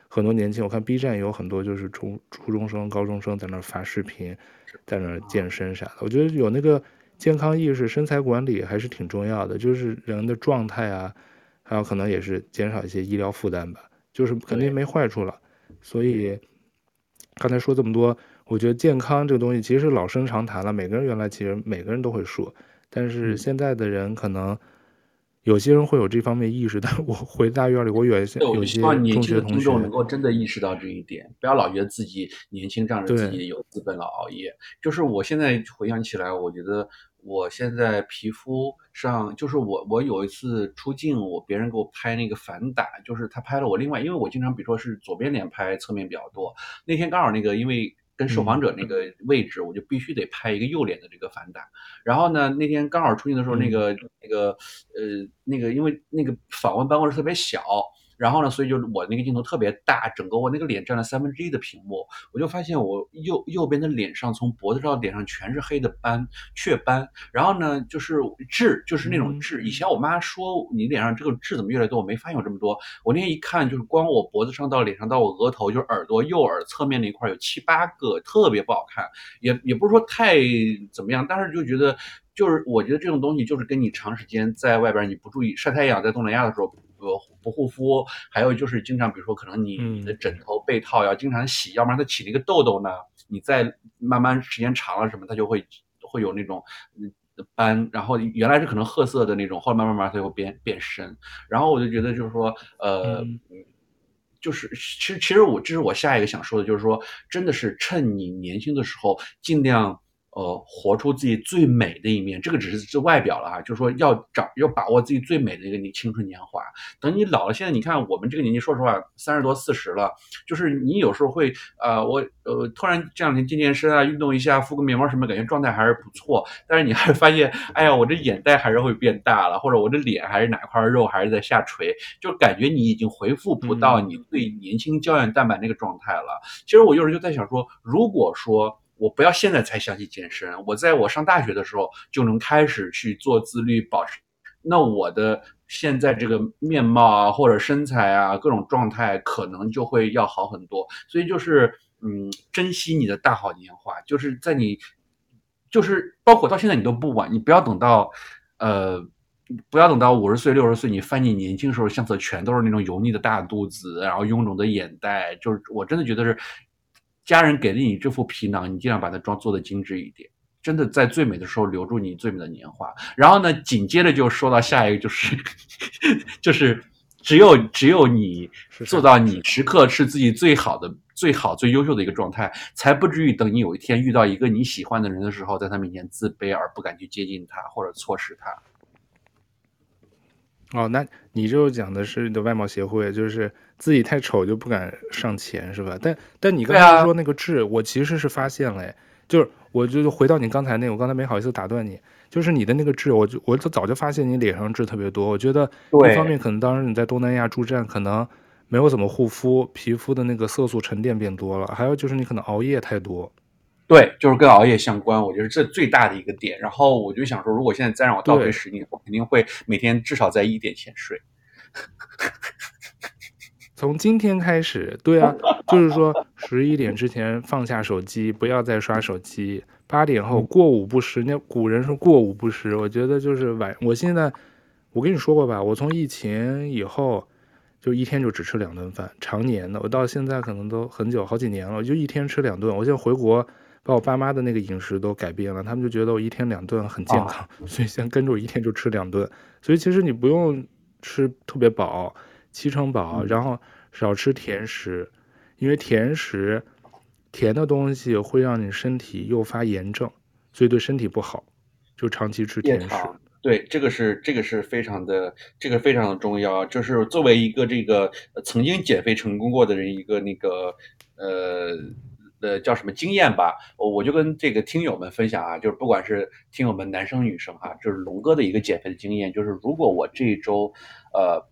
很多年轻，我看 B 站也有很多就是中初中生、高中生在那儿发视频，在那儿健身啥的。我觉得有那个健康意识、身材管理还是挺重要的，就是人的状态啊，还有可能也是减少一些医疗负担吧，就是肯定对， 没坏处了。所以刚才说这么多，我觉得健康这个东西其实是老生常谈了，每个人原来其实每个人都会说，但是嗯。 现在的人可能有些人会有这方面意识，但我回大院里，我有一些对，我有就希望年些中轻的听众学同学， 能够真的意识到这一点，不要老觉得自己年轻仗着自对， 己有资本老熬夜。就是我现在回想起来，我觉得我现在皮肤上，就是我我有一次出镜，我别人给我拍那个反打，就是他拍了我另外，因为我经常比如说是左边脸拍侧面比较多，那天刚好那个因为跟受访嗯者那个位置，我就必须得拍一个右脸的这个反打。然后呢，那天刚好出镜的时候，那嗯个那个呃那个因为那个访问办公室特别小。然后呢，所以就是我那个镜头特别大，整个我那个脸占了三分之一的屏幕，我就发现我右右边的脸上从脖子到脸上全是黑的斑，雀斑。然后呢，就是痣，就是那种嗯痣。以前我妈说你脸上这个痣怎么越来越多，我没发现有这么多。我那天一看，就是光我脖子上到脸上到我额头，就是耳朵右耳侧面那块有七八个，特别不好看。也也不是说太怎么样，但是就觉得。就是我觉得这种东西就是跟你长时间在外边你不注意晒太阳，在东南亚的时候呃不护肤，还有就是经常比如说可能你你的嗯枕头被套要经常洗，要不然它起了一个痘痘呢，你再慢慢时间长了什么，它就会会有那种嗯斑，然后原来是可能褐色的那种，后来慢慢慢它就会变变深，然后我就觉得就是说呃。 嗯就是其实其实我这是我下一个想说的，就是说真的是趁你年轻的时候，尽量呃活出自己最美的一面。这个只是是外表了啊，就是说要找要把握自己最美的一个你青春年华。等你老了，现在你看我们这个年纪，说实话，三十多四十了，就是你有时候会呃我呃突然这两天健健身啊，运动一下，敷个面膜什么，感觉状态还是不错。但是你还是发现，哎呀，我这眼袋还是会变大了，或者我这脸还是哪块肉还是在下垂，就感觉你已经恢复不到嗯你最年轻胶原蛋白那个状态了。其实我有时候就在想说，如果说我不要现在才想起健身，我在我上大学的时候就能开始去做自律，保持，那我的现在这个面貌啊，或者身材啊，各种状态可能就会要好很多。所以就是，嗯，珍惜你的大好年华，就是在你，就是包括到现在你都不晚，你不要等到，呃。不要等到五十岁、六十岁，你翻你年轻时候相册，全都是那种油腻的大肚子，然后臃肿的眼袋。就是我真的觉得是，家人给了你这副皮囊，你尽量把它装做的精致一点。真的在最美的时候留住你最美的年华。然后呢，紧接着就说到下一个，就是就是只有只有你是啥？ 做到你时刻是自己最好的、最好、最优秀的一个状态，才不至于等你有一天遇到一个你喜欢的人的时候，在他面前自卑而不敢去接近他或者错失他。 哦，那你就讲的是你的外貌协会，就是自己太丑就不敢上前，是吧？但但你刚才对啊， 说那个痣，我其实是发现了，哎，就是我就回到你刚才那个，我刚才没好意思打断你，就是你的那个痣，我就我就早就发现你脸上痣特别多。我觉得一方对面可能当时你在东南亚驻站，可能没有怎么护肤，皮肤的那个色素沉淀变多了，还有就是你可能熬夜太多。 对，就是跟熬夜相关，我觉得这最大的一个点。然后我就想说，如果现在再让我倒退对， 十年，我肯定会每天至少在一点前睡。 从今天开始，对啊，就是说十一点之前放下手机，不要再刷手机。八点后嗯， 过午不食，那古人说过午不食，我觉得就是晚。我现在我跟你说过吧，我从疫情以后就一天就只吃两顿饭，常年的。我到现在可能都很久好几年了，我就一天吃两顿。我现在回国把我爸妈的那个饮食都改变了，他们就觉得我一天两顿很健啊， 康，所以现在跟着我一天就吃两顿。所以其实你不用吃特别饱，七成饱， 嗯， 然后少吃甜食，因为甜食甜的东西会让你身体诱发炎症，所以对身体不好，就长期吃甜食。 夜场，对，这个是这个是非常的，这个非常的重要。就是作为一个这个呃曾经减肥成功过的人，一个那个呃呃叫什么经验吧，我我就跟这个听友们分享啊，就是不管是听友们男生女生哈、就是龙哥的一个减肥的经验，就是如果我这一周呃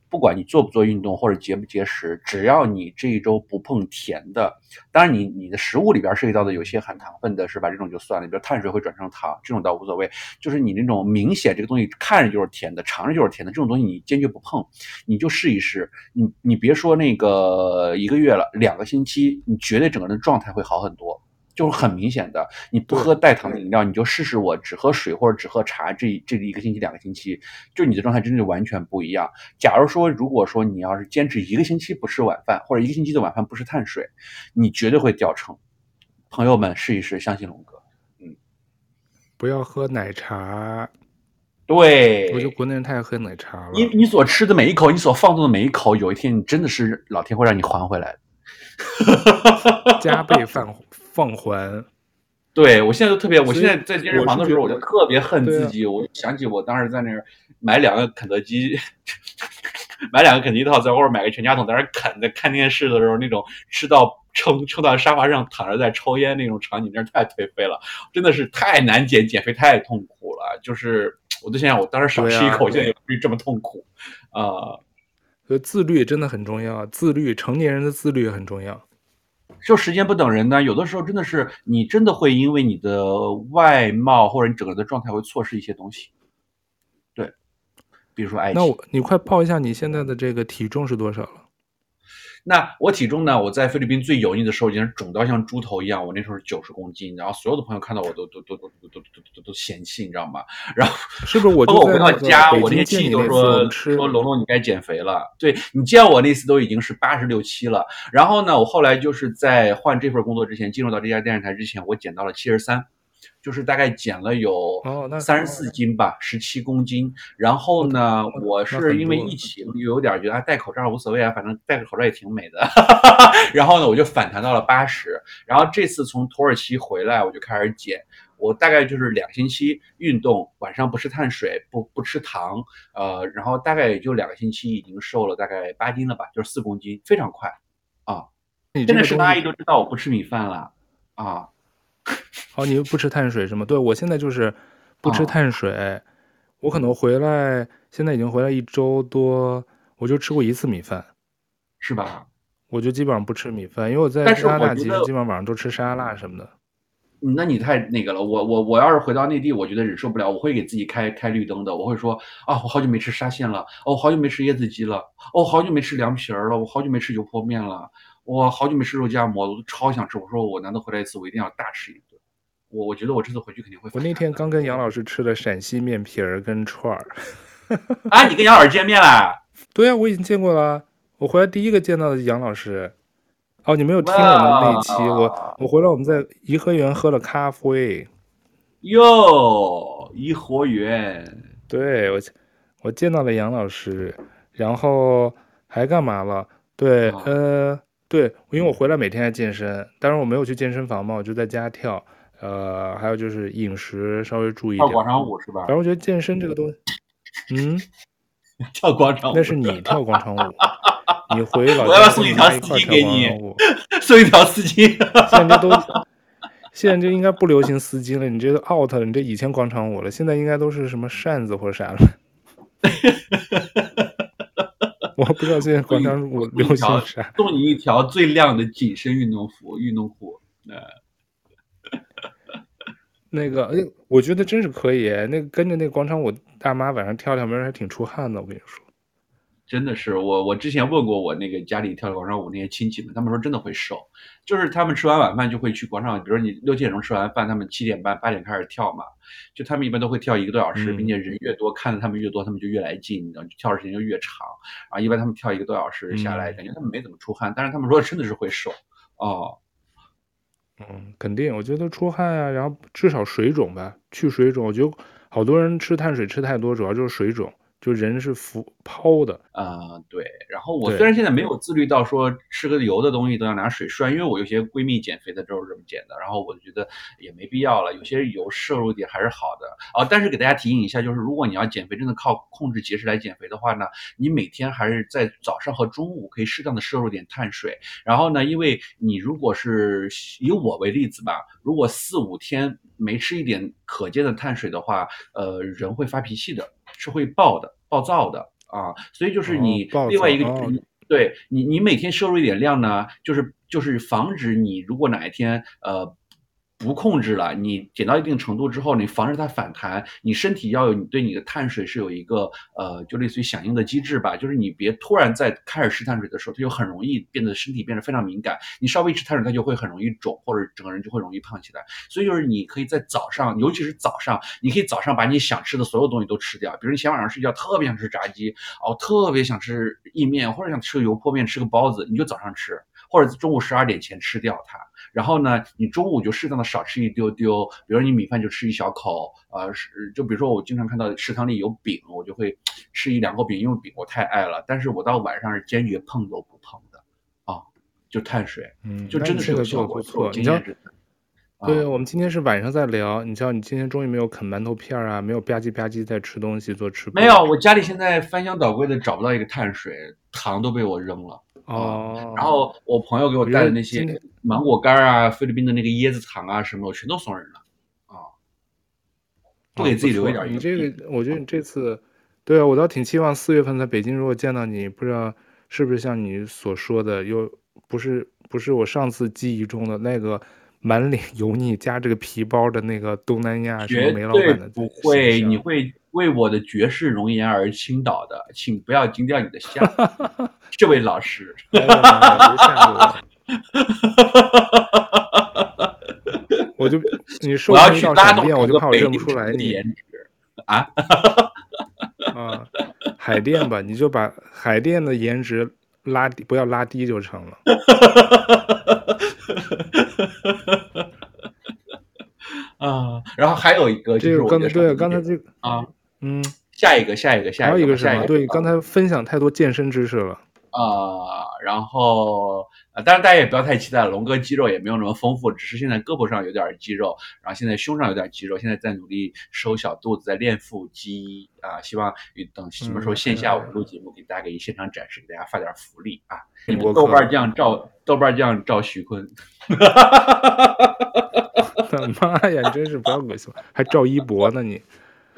不管你做不做运动或者节不节食，只要你这一周不碰甜的，当然你你的食物里边涉及到的有些含糖分的是吧？这种就算了，比如碳水会转成糖，这种倒无所谓。就是你那种明显这个东西看着就是甜的，尝着就是甜的，这种东西你坚决不碰，你就试一试。你你别说那个一个月了，两个星期，你绝对整个人的状态会好很多。就是很明显的，你不喝带糖的饮料，你就试试我只喝水或者只喝茶，这这一个星期两个星期，就你的状态真的就完全不一样。假如说如果说你要是坚持一个星期不吃晚饭，或者一个星期的晚饭不吃碳水，你绝对会掉秤。朋友们试一试，相信龙哥。嗯， 不要喝奶茶。 对， 我觉得国内人太爱喝奶茶了。 你你所吃的每一口，你所放纵的每一口，有一天你真的是老天会让你还回来的。 加倍放放还。 对，我现在都特别，我现在在健身房的时候，我就特别恨自己。 啊、 我就想起我当时在那儿买两个肯德基，买两个肯德基套餐，或者买个全家桶，在那儿啃，在看电视的时候，那种吃到撑撑到沙发上躺着在抽烟那种场景，真是太颓废了，真的是太难减，减肥太痛苦了。就是我都想，我当时少吃一口，啊、现在也不是这么痛苦啊。呃所以自律真的很重要，自律，成年人的自律很重要。 就时间不等人呢，有的时候真的是你真的会因为你的外貌或者你整个的状态会错失一些东西。对，比如说爱情。 那我你快报一下你现在的这个体重是多少了？ 那我体重呢？我在菲律宾最油腻的时候，已经是肿到像猪头一样。我那时候是九十公斤，然后所有的朋友看到我都都都都都都都都嫌弃，你知道吗？然后是不是我包括我回到家， 我那些亲戚都说说龙龙你该减肥了。对，你见我那次都已经是八十六七了。然后呢，我后来就是在换这份工作之前，进入到这家电视台之前，我减到了七十三。就是大概减了有三十四斤吧，十七公斤。然后呢，我是因为疫情有点觉得啊，戴口罩无所谓啊，反正戴个口罩也挺美的。然后呢，我就反弹到了八十。然后这次从土耳其回来，我就开始减。我大概就是两星期运动，晚上不吃碳水，不不吃糖，呃，然后大概也就两个星期，已经瘦了大概八斤了吧，就是四公斤，非常快啊。现在食堂阿姨都知道我不吃米饭了啊。 哦，你不吃碳水是吗？对，我现在就是不吃碳水，哦、我可能回来，现在已经回来一周多，我就吃过一次米饭， 是吧？ 我就基本上不吃米饭，因为我在加拿大其实基本上晚上都吃沙拉什么的。 嗯，那你太那个了。我我我要是回到内地，我觉得忍受不了，我会给自己开开绿灯的。我会说啊，我好久没吃沙县了，哦，我好久没吃椰子鸡了，哦，我好久没吃凉皮儿了，我好久没吃油泼面了，我好久没吃肉夹馍，我都超想吃。我说我难得回来一次，我一定要大吃一顿。我我觉得我这次回去肯定会。 我那天刚跟杨老师吃了陕西面皮儿跟串儿。 啊，你跟杨老师见面了？ 对啊，我已经见过了。我回来第一个见到的杨老师。哦，你没有听我们那一期？我我回来我们在颐和园喝了咖啡。 哟，颐和园。 对，我我见到了杨老师，然后还干嘛了？对， 啊、 呃，对，因为我回来每天还健身，当然我没有去健身房嘛，我就在家跳。呃，还有就是饮食稍微注意点。 跳广场舞是吧？ 反正我觉得健身这个东西，嗯， 跳广场舞那是你跳广场舞。你回老家我要不要送一条丝巾给你？送一条丝巾。 现在这都，现在这应该不流行丝巾了，你这个 out 了，你这以前广场舞了，现在应该都是什么扇子或者啥了。我不知道现在广场舞流行啥。 送你一条最亮的紧身运动服、运动裤。呃， 那个，哎，我觉得真是可以。那个跟着那个广场舞大妈晚上跳跳，没人还挺出汗的。我跟你说。 真的是我，我之前问过我那个家里跳广场舞那些亲戚们，他们说真的会瘦，就是他们吃完晚饭就会去广场，比如你六七点钟吃完饭，他们七点半八点开始跳嘛，就他们一般都会跳一个多小时，并且人越多，看的他们越多，他们就越来劲，你知道，跳的时间就越长，啊，一般他们跳一个多小时下来，感觉他们没怎么出汗，但是他们说真的是会瘦，哦， 嗯，肯定，我觉得出汗啊，然后至少水肿吧，去水肿。我觉得好多人吃碳水吃太多，主要就是水肿。就人是浮抛的， 呃，对。然后我虽然现在没有自律到说吃个油的东西都要拿水涮，因为我有些闺蜜减肥的都是这么减的，然后我就觉得也没必要了。有些油摄入点还是好的啊、呃。但是给大家提醒一下，就是如果你要减肥，真的靠控制节食来减肥的话呢，你每天还是在早上和中午可以适当的摄入点碳水。然后呢，因为你如果是以我为例子吧，如果四五天没吃一点可见的碳水的话，呃，人会发脾气的，是会暴的。暴躁的啊，所以就是哦， 你暴另外一个就是躁哦， 你对你你每天摄入一点量呢，就是就是防止你如果哪一天呃不控制了，你减到一定程度之后，你防止它反弹，你身体要有你对你的碳水是有一个呃就类似于响应的机制吧，就是你别突然在开始吃碳水的时候，它就很容易变得身体变得非常敏感，你稍微吃碳水它就会很容易肿，或者整个人就会容易胖起来。所以就是你可以在早上，尤其是早上，你可以早上把你想吃的所有东西都吃掉，比如你前晚上睡觉特别想吃炸鸡，哦，特别想吃意面，或者想吃个油泼面，吃个包子，你就早上吃，或者中午十二点前吃掉它。然后呢，你中午就适当的少吃一丢丢，比如你米饭就吃一小口，呃，是就比如说我经常看到食堂里有饼，我就会吃一两口饼，因为饼我太爱了，但是我到晚上是坚决碰都不碰的，啊，就碳水， 嗯， 就真的是那你现在有效果， 做的不错。你像这我经验是对， 啊。 我们今天是晚上在聊，你知道你今天终于没有啃馒头片儿啊，没有吧唧吧唧在吃东西做吃播了。 没有，我家里现在翻箱倒柜的找不到一个碳水，糖都被我扔了啊。然哦， 后我朋友给我我觉带的那些得今天芒果干啊、菲律宾的那个椰子糖啊什么的，我全都送人了啊，不啊， 给自己留一不错， 点余地。 你这个我觉得你这次对啊，我倒挺期望四月份在北京如果见到你，不知道是不是像你所说的，又不是不是我上次记忆中的那个满脸油腻加这个皮包的那个东南亚什么绝煤老板的对不会，你形象。 会为我的绝世容颜而倾倒的，请不要惊掉你的下巴，这位老师。 哎呀妈呀，别吓着我！我就你我要瘦成一去拉动道闪电，我整个北就怕我认不京城的出来你。 颜值啊！ 啊，海淀吧，你就把海淀的颜值拉低，不要拉低就成了。 啊，然后还有一个就这个是我觉得上刚才对啊，刚才帝这个啊， 嗯， 下一个下一个还下一个吧， 有一个什么？ 下一个对，刚才分享太多健身知识了。 啊，然后呃，当然大家也不要太期待了，龙哥肌肉也没有那么丰富，只是现在胳膊上有点肌肉，然后现在胸上有点肌肉，现在在努力收小肚子，在练腹肌啊，希望等什么时候嗯， 线下我们录节目给大家给现场展示，给大家发点福利啊！你们播客了， 豆瓣酱照豆瓣酱照徐坤， 妈呀，你真是不要恶心我，还赵一博呢你？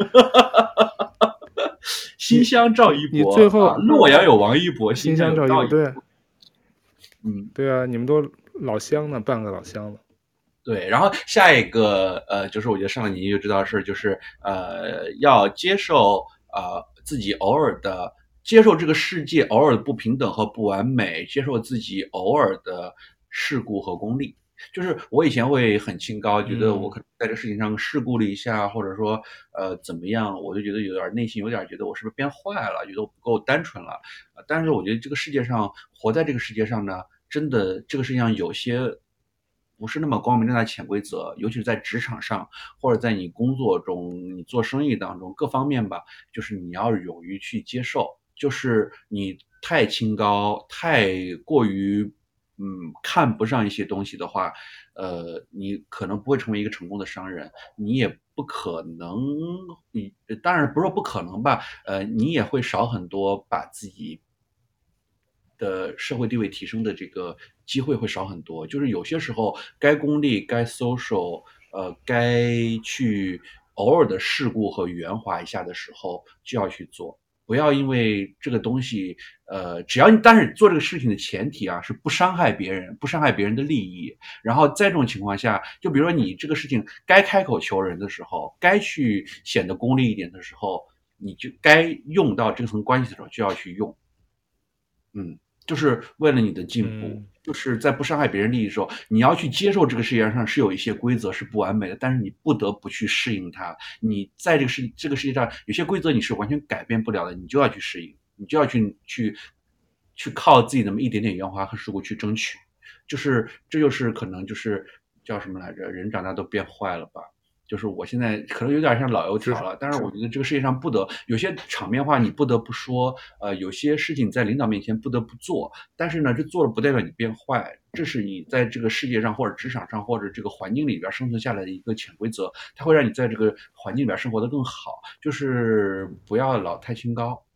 新你乡赵一你博啊， 最后洛阳有王一博，新新疆有疆赵一博，对赵一博，嗯。 对啊，你们都老乡呢，半个老乡了。 对，然后下一个呃，就是我觉得上了年纪就知道的事，就是呃，要接受呃自己偶尔的接受这个世界偶尔的不平等和不完美，接受自己偶尔的事故和功利。就是我以前会很清高，觉得我嗯， 可能在这个事情上事故了一下，或者说呃怎么样，我就觉得有点内心有点觉得我是不是变坏了，觉得我不够单纯了。呃但是我觉得这个世界上活在这个世界上呢，真的这个世界上有些不是那么光明正大潜规则，尤其是在职场上，或者在你工作中、你做生意当中各方面吧，就是你要勇于去接受。就是你太清高、太过于嗯看不上一些东西的话，呃，你可能不会成为一个成功的商人，你也不可能，你当然不是说不可能吧，呃，你也会少很多把自己的社会地位提升的这个机会会少很多。就是有些时候该功利、该 social，呃，该去偶尔的事故和圆滑一下的时候就要去做。不要因为这个东西，呃，只要你，但是做这个事情的前提啊，是不伤害别人，不伤害别人的利益。然后在这种情况下，就比如说你这个事情该开口求人的时候，该去显得功利一点的时候，你就该用到这层关系的时候就要去用。嗯，就是为了你的进步， 嗯， 就是在不伤害别人利益的时候，你要去接受这个世界上是有一些规则是不完美的，但是你不得不去适应它。你在这个世这个世界上，有些规则你是完全改变不了的，你就要去适应，你就要去去去靠自己那么一点点圆滑和事故去争取。就是这就是可能就是叫什么来着？人长大都变坏了吧？就是我现在可能有点像老油就是条了，但是我觉得这个世界上不得有些场面话你不得不说，呃，有些事情在领导面前不得不做，但是呢，这做了不代表你变坏，这是你在这个世界上或者职场上或者这个环境里边生存下来的一个潜规则，它会让你在这个环境里边生活的更好，就是不要老太清高，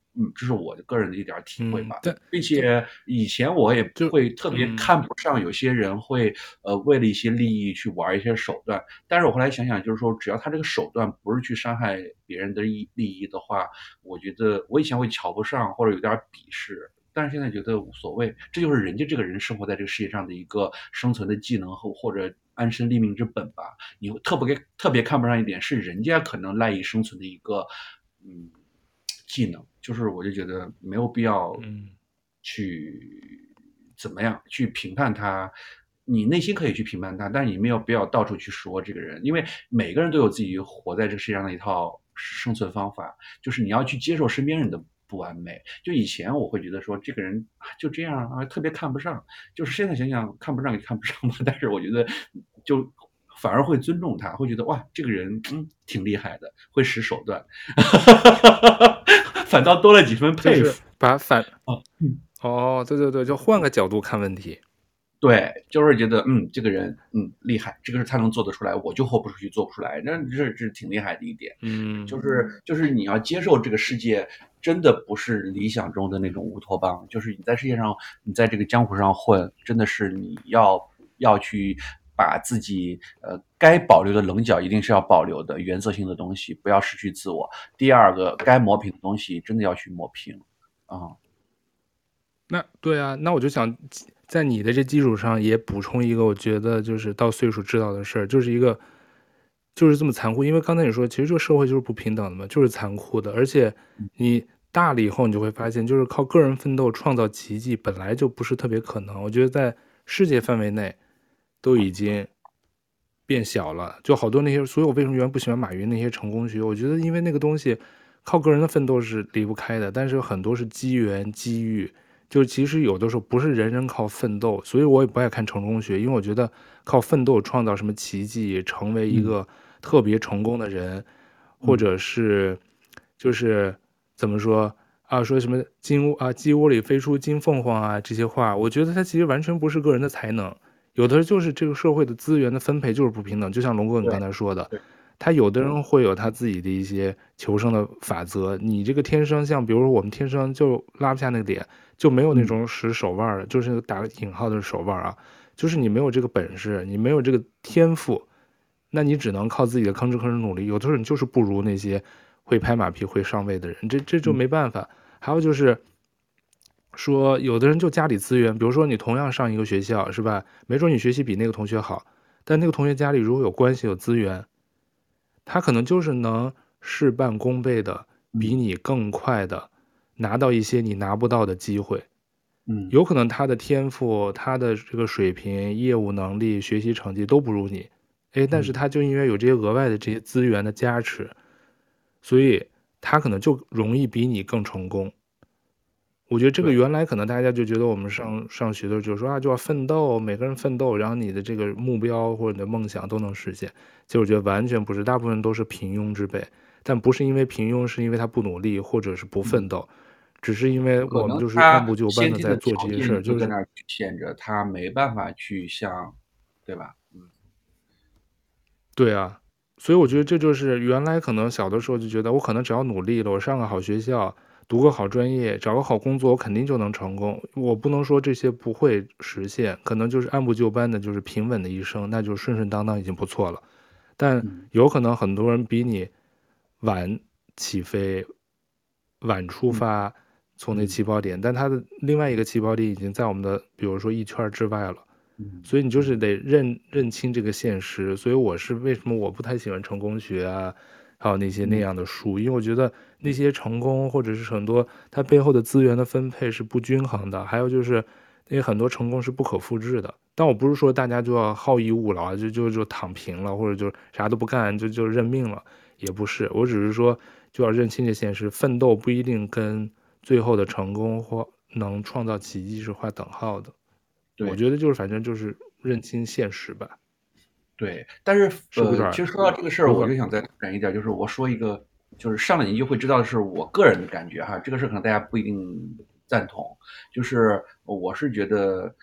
嗯，这是我的个人的一点体会嗯， 吧。 但并且以前我也就会特别嗯看不上有些人会呃为了一些利益去玩一些手段，但是我后来想想，就是说只要他这个手段不是去伤害别人的利利益的话，我觉得我以前会瞧不上或者有点鄙视。但是现在觉得无所谓，这就是人家这个人生活在这个世界上的一个生存的技能和或者安身立命之本吧。你特别特别看不上一点是人家可能赖以生存的一个嗯技能，就是我就觉得没有必要嗯去怎么样去评判他。你内心可以去评判他，但是你没有必要到处去说这个人，因为每个人都有自己活在这个世界上的一套生存方法，就是你要去接受身边人的不完美。就以前我会觉得说这个人就这样啊，特别看不上，就是现在想想看不上也看不上吧，但是我觉得就反而会尊重他，会觉得哇，这个人嗯挺厉害的，会使手段，反倒多了几分就是佩服把反啊。嗯， 哦，对对对，就换个角度看问题。 对，就是觉得嗯，这个人嗯厉害，这个是他能做得出来，我就豁不出去，做不出来，那这这是挺厉害的一点。 嗯就是就是你要接受这个世界真的不是理想中的那种乌托邦，就是你在世界上，你在这个江湖上混，真的是你要要去把自己呃该保留的棱角一定是要保留的，原则性的东西不要失去自我。第二个，该磨平的东西真的要去磨平啊。 那对啊，那我就想在你的这基础上也补充一个，我觉得就是到岁数知道的事儿，就是一个就是这么残酷。因为刚才你说，其实这个社会就是不平等的嘛，就是残酷的。而且你大了以后，你就会发现，就是靠个人奋斗创造奇迹，本来就不是特别可能。我觉得在世界范围内都已经变小了。就好多那些，所以我为什么原来不喜欢马云那些成功学？我觉得因为那个东西靠个人的奋斗是离不开的，但是很多是机缘机遇。就其实有的时候不是人人靠奋斗，所以我也不爱看成功学，因为我觉得靠奋斗创造什么奇迹，成为一嗯个特别成功的人，或嗯， 者是就是怎么说啊，说什么金屋啊，鸡窝里飞出金凤凰啊这些话，我觉得它其实完全不是个人的才能，有的就是这个社会的资源的分配就是不平等，就像龙哥你刚对才说的， 对， 他有的人会有他自己的一些求生的法则，你这个天生像比如说我们天生就拉不下那个脸，就没有那嗯种使手腕儿的，就是打引号的手腕儿啊，就是你没有这个本事，你没有这个天赋，那你只能靠自己的吭哧吭哧努力。有的时候你就是不如那些会拍马屁、会上位的人，这这就嗯没办法。还有就是说，有的人就家里资源，比如说你同样上一个学校，是吧？没准你学习比那个同学好，但那个同学家里如果有关系、有资源，他可能就是能事半功倍的，比嗯你更快的拿到一些你拿不到的机会。 嗯有可能他的天赋、他的这个水平、业务能力、学习成绩都不如你，哎，但是嗯， 他就因为有这些额外的这些资源的加持，所以他可能就容易比你更成功。我觉得这个对。 原来可能大家就觉得我们上上学的时候就说啊，就要奋斗，每个人奋斗，然后你的这个目标或者你的梦想都能实现。其实我觉得完全不是，大部分都是平庸之辈，但不是因为平庸，是因为他不努力或者是不奋嗯， 斗，只是因为可能我们就是按他部就班先天的的在做这条件些事儿，就是就在那儿局限着，他没办法去像，对吧？嗯对啊，所以我觉嗯得这就是原来可能小的时候就觉得我可能只要努力了，我上个好学校，读个好专业，找个好工作，我肯定就能成功。我不能说这些不会实现，可能就是按部就班的，就是平稳的一生，那就顺顺当当已经不错了。但嗯有可能很多人比你晚起飞，晚出嗯发，从那嗯起跑点，但他的另外一个起跑点已经在我们的，比如说一圈儿之外了。 嗯所以你就是嗯得认认清这个现实。所以我是为什么我不太喜欢成功学啊，还有那些那嗯样的书，因为我觉得那些成功或者是很多它背后的资源的分配是不均衡的，还有就是那些很多成功是不可复制的。但我不是说大家就要好逸恶劳啊，就就就躺平了，或者就啥都不干就就认命了，也不是。我只是说就要认清这现实，奋斗不一定跟最后的成功或能创造奇迹是划等号的。我对觉得就是反正就是认清现实吧， 对。但是呃， 是不是有点儿其实说到这个事儿， 有点儿我就想再拓展一点，就是我说一个，就是上了年纪会知道的是我个人的感觉哈，这个事儿可能大家不一定赞同，就是我是觉得。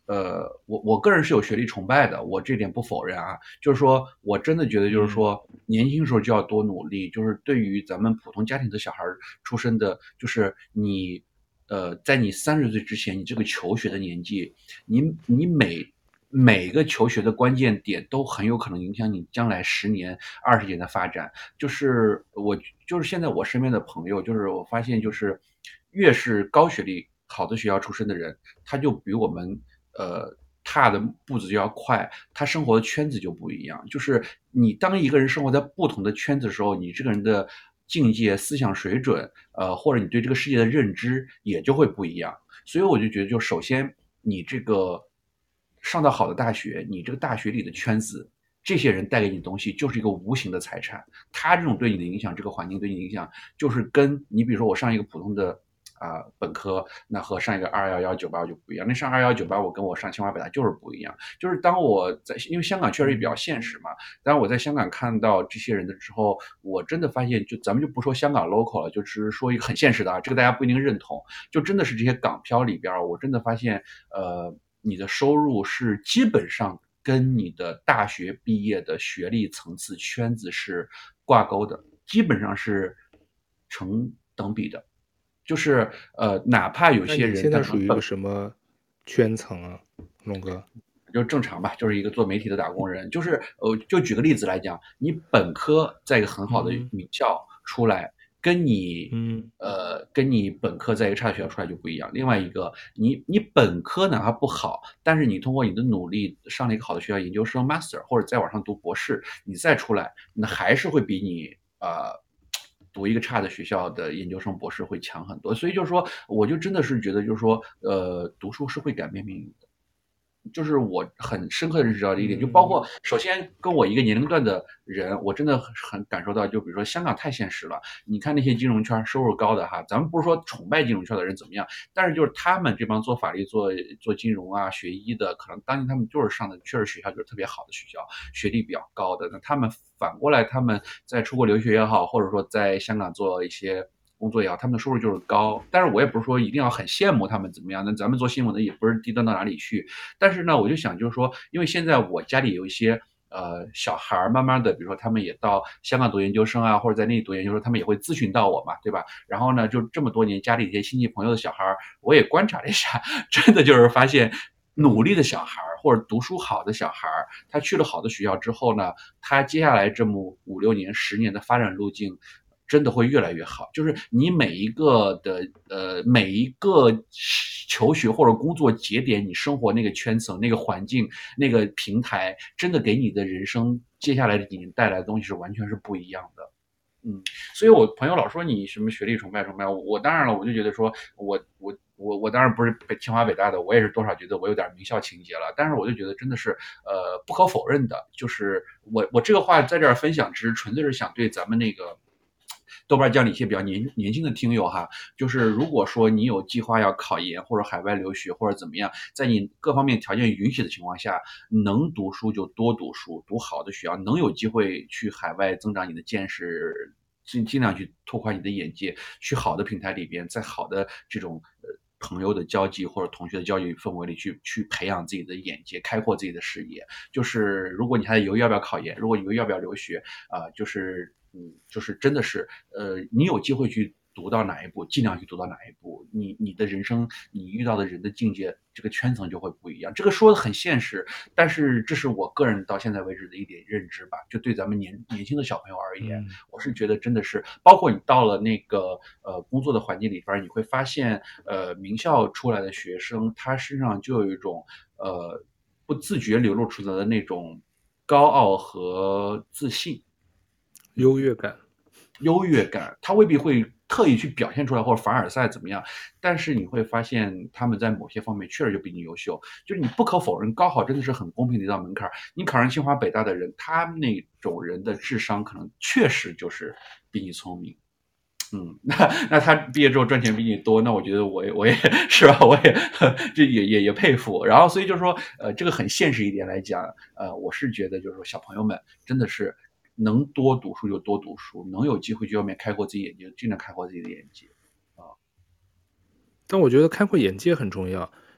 呃，我我个人是有学历崇拜的，我这点不否认啊。就是说我真的觉得，就是嗯说年轻时候就要多努力。就是对于咱们普通家庭的小孩出生的，就是你，呃，在你三十岁之前，你这个求学的年纪，你你每每个求学的关键点都很有可能影响你将来十年、二十年的发展。就是我就是现在我身边的朋友，就是我发现就是越是高学历、好的学校出身的人，他就比我们呃踏的步子就要快，他生活的圈子就不一样。就是你当一个人生活在不同的圈子的时候，你这个人的境界、思想水准，呃，或者你对这个世界的认知也就会不一样。所以我就觉得，就首先你这个上到好的大学，你这个大学里的圈子，这些人带给你的东西就是一个无形的财产。他这种对你的影响，这个环境对你的影响，就是跟你比如说我上一个普通的啊、呃本科，那和上一个二幺幺九八就不一样。那上二幺幺九八，我跟我上清华北大就是不一样。就是当我在，因为香港确实也比较现实嘛，当我在香港看到这些人的时候，我真的发现，就咱们就不说香港 local 了，就只是说一个很现实的啊，这个大家不一定认同。就真的是这些港漂里边，我真的发现，呃，你的收入是基本上跟你的大学毕业的学历层次圈子是挂钩的，基本上是成等比的。就是呃，哪怕有那你些人现在属于一个他可能本什么圈层啊，龙哥？ 就正常吧，就是一个做媒体的打工人。就是呃，就举个例子来讲，你本科在一个很好的嗯名校出来，跟你嗯呃跟你本科在一个差的学校出来就不一样。另外一个，你你本科哪怕不好，但是你通过你的努力上了一个好的学校，研究生、master 或者再往上读博士，你再出来，那还是会比你呃读一个差的学校的研究生、博士会强很多。所以就是说，我就真的是觉得，就是说，呃，读书是会改变命运的。就是我很深刻的认识到的一点，就包嗯括首先跟我一个年龄段的人，我真的很很感受到，就比如说香港太现实了。你看那些金融圈收入高的哈，咱们不是说崇拜金融圈的人怎么样，但是就是他们这帮做法律、做做金融啊、学医的，可能当年他们就是上的确实学校就是特别好的学校，学历比较高的。那他们反过来，他们在出国留学也好，或者说在香港做一些工作也好，他们的收入就是高。但是我也不是说一定要很羡慕他们怎么样，那咱们做新闻的也不是低端到哪里去。但是呢，我就想就是说，因为现在我家里有一些呃小孩儿，慢慢的，比如说他们也到香港读研究生啊，或者在那里读研究生，他们也会咨询到我嘛，对吧？然后呢，就这么多年家里一些亲戚朋友的小孩儿，我也观察了一下，真的就是发现。努力的小孩儿或者读书好的小孩儿，他去了好的学校之后呢，他接下来这么五六年、十年的发展路径，真的会越来越好。就是你每一个的呃每一个求学或者工作节点，你生活那个圈层、那个环境、那个平台，真的给你的人生接下来的几年带来的东西是完全是不一样的。嗯，所以我朋友老说你什么学历崇拜崇拜，我我当然了，我就觉得说我我我我当然不是北清华北大的，我也是多少觉得我有点名校情节了，但是我就觉得真的是呃不可否认的，就是我我这个话在这儿分享，只是纯粹是想对咱们那个。豆瓣酱里一些比较年年轻的听友哈，就是如果说你有计划要考研或者海外留学或者怎么样，在你各方面条件允许的情况下，能读书就多读书，读好的学校，能有机会去海外增长你的见识，尽尽量去拓宽你的眼界，去好的平台里边，在好的这种呃朋友的交际或者同学的交际氛围里去去培养自己的眼界，开阔自己的视野。就是如果你还犹豫要不要考研，如果你犹豫要不要留学啊、呃就是嗯，就是真的是呃，你有机会去读到哪一步，尽量去读到哪一步，你你的人生，你遇到的人的境界，这个圈层就会不一样。这个说的很现实，但是这是我个人到现在为止的一点认知吧。就对咱们年年轻的小朋友而言， 嗯我是觉得真的是，包括你到了那个呃工作的环境里边，你会发现，呃，名校出来的学生，他身上就有一种呃不自觉流露出来的那种高傲和自信。 优越感。 优越感，他未必会特意去表现出来或者凡尔赛怎么样，但是你会发现他们在某些方面确实就比你优秀。就是你不可否认，高考真的是很公平的一道门槛。你考上清华北大的人，他那种人的智商可能确实就是比你聪明。嗯，那那他毕业之后赚钱比你多，那我觉得我也我也是吧，我也这也也也佩服。然后所以就是说，呃，这个很现实一点来讲，呃，我是觉得就是说小朋友们真的是能多读书就多读书，能有机会去外面开阔自己眼界，尽量开阔自己的眼界。啊。 但我觉得开阔眼界很重要。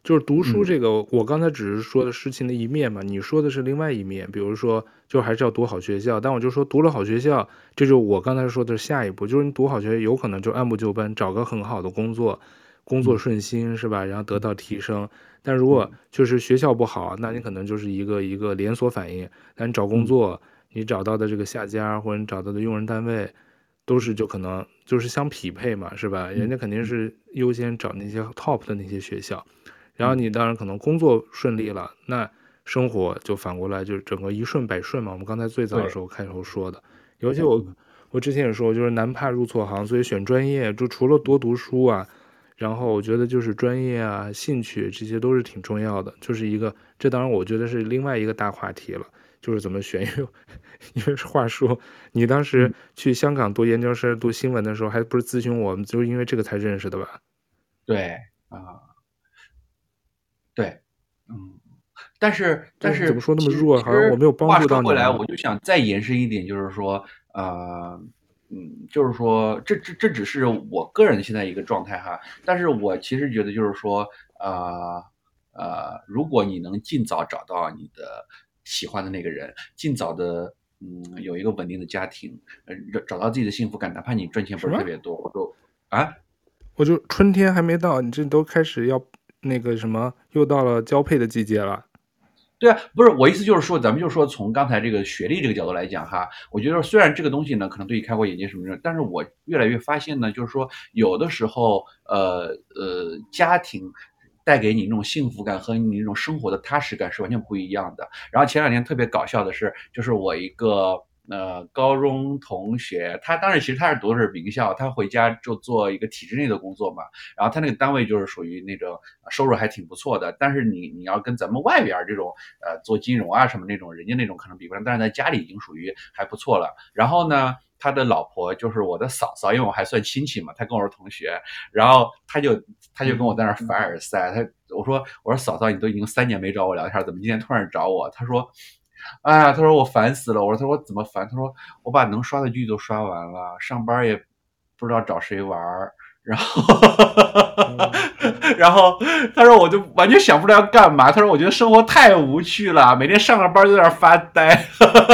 就是读书嗯这个，我刚才只是说的事情的一面嘛，你说的是另外一面。比如说，就还是要读好学校，但我就说读了好学校，这就是我刚才说的下一步，就是你读好学校，有可能就按部就班找个很好的工作，工作嗯顺心是吧？然后得嗯到提升。但如果嗯就是学校不好，那你可能就是一个一个连锁反应。那你找工嗯作，你找到的这个下家或者你找到的用人单位，都是就可能就是相匹配嘛，是吧？人嗯家肯定嗯是优先找那些 top 的那些学校。然后嗯你当然可能工作顺利了，那生活就反过来就是整个一顺百顺嘛。我们刚才最早的对， 时候开头说的，尤其我嗯我之前也说，就是男怕入错行，所以选专业就除了多读书啊，然后我觉得就是专业啊、兴趣这些都是挺重要的，就是一个这当然我觉得是另外一个大话题了，就是怎么选。因为因为话说，你当时嗯， 去香港读研究生、读新闻的时候，还不是咨询我们，就是因为这个才认识的吧？ 对啊。对，嗯，但是但对，你怎么是说那么弱？ 其实其好像我没有帮实话助说回来， 到你们。 我就想再延伸一点，就是说，呃，嗯，就是说，这这这只是我个人现在一个状态哈，但是我其实觉得就是说，呃呃，如果你能尽早找到你的喜欢的那个人，尽早的嗯有一个稳定的家庭，呃，找到自己的幸福感，哪怕你赚钱不什么？ 是特别多，我说啊。 我就春天还没到，你这都开始要那个什么，又到了交配的季节了。 对啊，不是我意思就是说，咱们就说从刚才这个学历这个角度来讲哈，我觉得虽然这个东西呢可能对你开阔眼界什么的，但是我越来越发现呢，就是说有的时候，呃呃，家庭带给你那种幸福感和你那种生活的踏实感是完全不一样的。然后前两天特别搞笑的是，就是我一个呃高中同学，他当时其实他是读的是名校，他回家就做一个体制内的工作嘛，然后他那个单位就是属于那种收入还挺不错的，但是你你要跟咱们外边这种呃做金融啊什么那种，人家那种可能比不上，但是在家里已经属于还不错了。然后呢，他的老婆就是我的嫂嫂，因为我还算亲戚嘛，他跟我是同学，然后他就他就跟我在那儿凡尔赛，他我说我说嫂嫂，你都已经三年没找我聊天，怎么今天突然找我？他说。哎呀，他说我烦死了。我说，他说怎么烦？他说我把能刷的剧都刷完了，上班也不知道找谁玩儿。然后， 嗯， 然后他说我就完全想不出来要干嘛。他说我觉得生活太无趣了，每天上个班就在那儿发呆。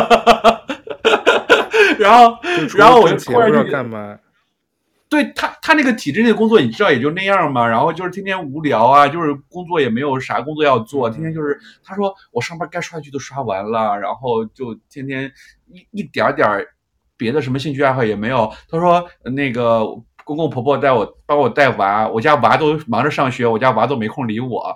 然后， 就除了然后我就挣钱不知道突然就觉得， 干嘛。 对他他那个体制内的工作，你知道也就那样嘛。然后就是天天无聊啊，就是工作也没有啥工作要做，天天嗯， 就是他说我上班该刷剧都刷完了，然后就天天一一点点别的什么兴趣爱好也没有。他说那个公公婆婆带我帮我带娃，我家娃都忙着上学，我家娃都没空理我。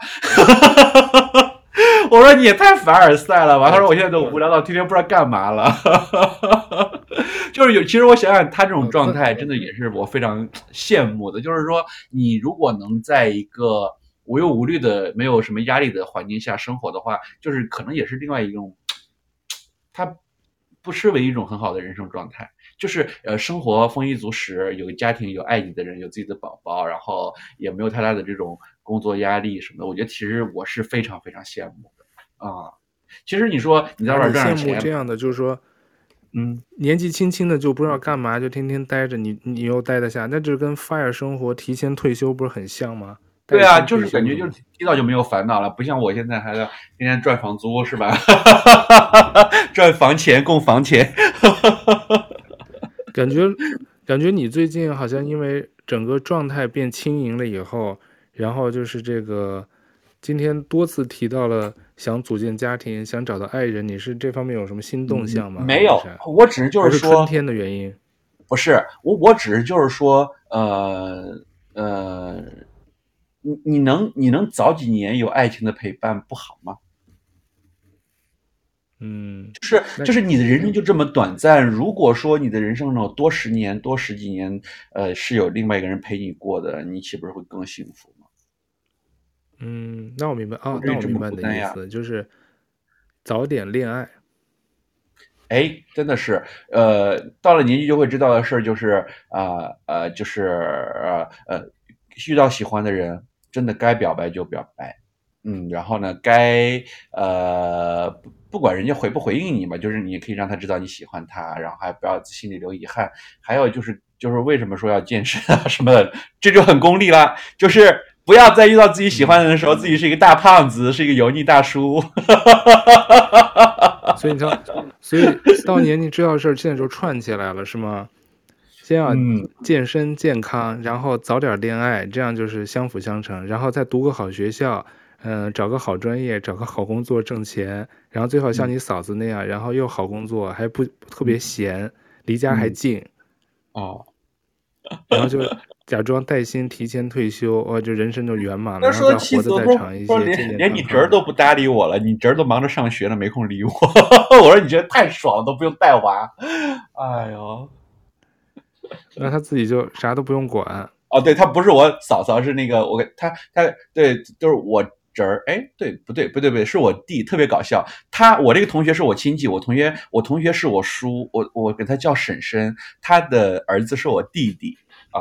我说你也太凡尔赛了吧！他我天， 说我现在都无聊到天天不知道干嘛了。就是有，其实我想想，他这种哦，但状态真的也是我非常羡慕的。就是说，你如果能在一个无忧无虑的、没有什么压力的环境下生活的话，就是可能也是另外一种，他不失为一种很好的人生状态。就是呃，生活丰衣足食，有家庭，有爱你的人，有自己的宝宝，然后也没有太大的这种工作压力什么的。我觉得其实我是非常非常羡慕的啊。其实你说你在外边啊，你羡慕赚点钱， 这样的，就是说嗯， 年纪轻轻的就不知道干嘛，就天天待着，你你又待得下，那这跟 fire 生活提前退休不是很像吗？ 对啊， 带薪就是感觉就是退休什么的。 提早就没有烦恼了，不像我现在还要天天赚房租是吧？赚房钱供房钱。 感觉感觉你最近好像因为整个状态变轻盈了以后，然后就是这个今天多次提到了想组建家庭，想找到爱人，你是这方面有什么新动嗯， 向吗？还没有， 是啥？ 我只是就还是说， 是春天的原因？ 不是我，我只是就是说，呃呃，你你能你能早几年有爱情的陪伴不好吗？ 嗯， 就是那就是你的人生就这么短暂，如果说你的人生中多十年多十几年，呃，是有另外一个人陪你过的，你岂不是会更幸福吗？ 嗯，那我明白啊， 不至于这么那我明白你的孤单呀。 意思，就是早点恋爱。 哎，真的是，呃，到了年纪就会知道的事儿就是，啊呃，就是呃呃，遇到喜欢的人，真的该表白就表白。嗯，然后呢，该呃不不管人家回不回应你嘛，就是你可以让他知道你喜欢他，然后还不要心里留遗憾。还有就是就是为什么说要健身啊什么的，这就很功利啦，就是不要在遇到自己喜欢的人的时候，自己是一个大胖子，是一个油腻大叔。 所以你知道，所以到年纪知道事儿，现在就串起来了，是吗？先要嗯健身健康，然后早点恋爱，这样就是相辅相成，然后再读个好学校，嗯、找个好专业，找个好工作挣钱，然后最好像嗯你嫂子那样，然后又好工作，还不特别嗯闲，离家还嗯近， 哦， 然后就假装带薪提前退休，哦，就人生就圆满了， 那然后再说气死我， 活得再说说长一些，健健连连你侄康康的。 儿都不搭理我了，你侄儿都忙着上学了，没空理我。我说你觉得太爽了，都不用带娃。哎呦， 那他自己就啥都不用管。 哦，对，他不是我嫂嫂，是那个我给他他对，就是我侄儿。哎，对，不对不对不对，是我弟，特别搞笑。他我这个同学是我亲戚，我同学我同学是我叔，我我给他叫婶婶，他的儿子是我弟弟啊。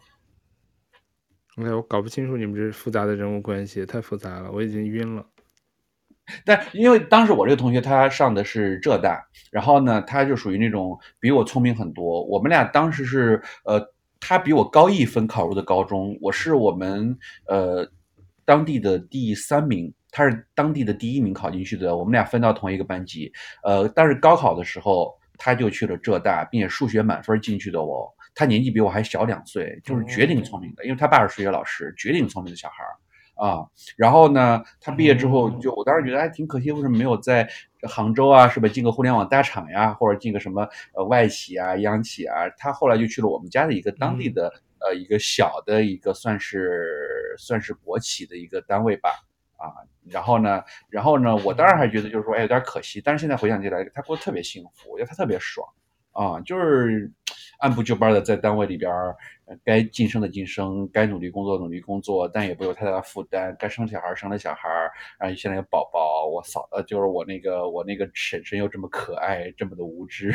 哎，我搞不清楚你们这复杂的人物关系，太复杂了，我已经晕了。 但因为当时我这个同学他上的是浙大，然后呢，他就属于那种比我聪明很多。我们俩当时是呃，他比我高一分考入的高中，我是我们呃当地的第三名，他是当地的第一名考进去的。我们俩分到同一个班级，呃，但是高考的时候他就去了浙大，并且数学满分进去的哦。他年纪比我还小两岁，就是绝顶聪明的，因为他爸是数学老师，绝顶聪明的小孩啊。然后呢，他毕业之后就，我当时觉得还挺可惜，为什么没有在杭州啊，是吧，进个互联网大厂呀，或者进个什么呃外企啊、央企啊？他后来就去了我们家的一个当地的、嗯、呃一个小的一个算是算是国企的一个单位吧。啊，然后呢，然后呢，我当然还觉得就是说，哎，有点可惜。但是现在回想起来，他过得特别幸福，我觉得他特别爽啊，就是按部就班的在单位里边，该晋升的晋升，该努力工作努力工作，但也不有太大的负担。该生小孩生了小孩，然后现在有宝宝，我嫂呃就是我那个我那个婶婶又这么可爱，这么的无知，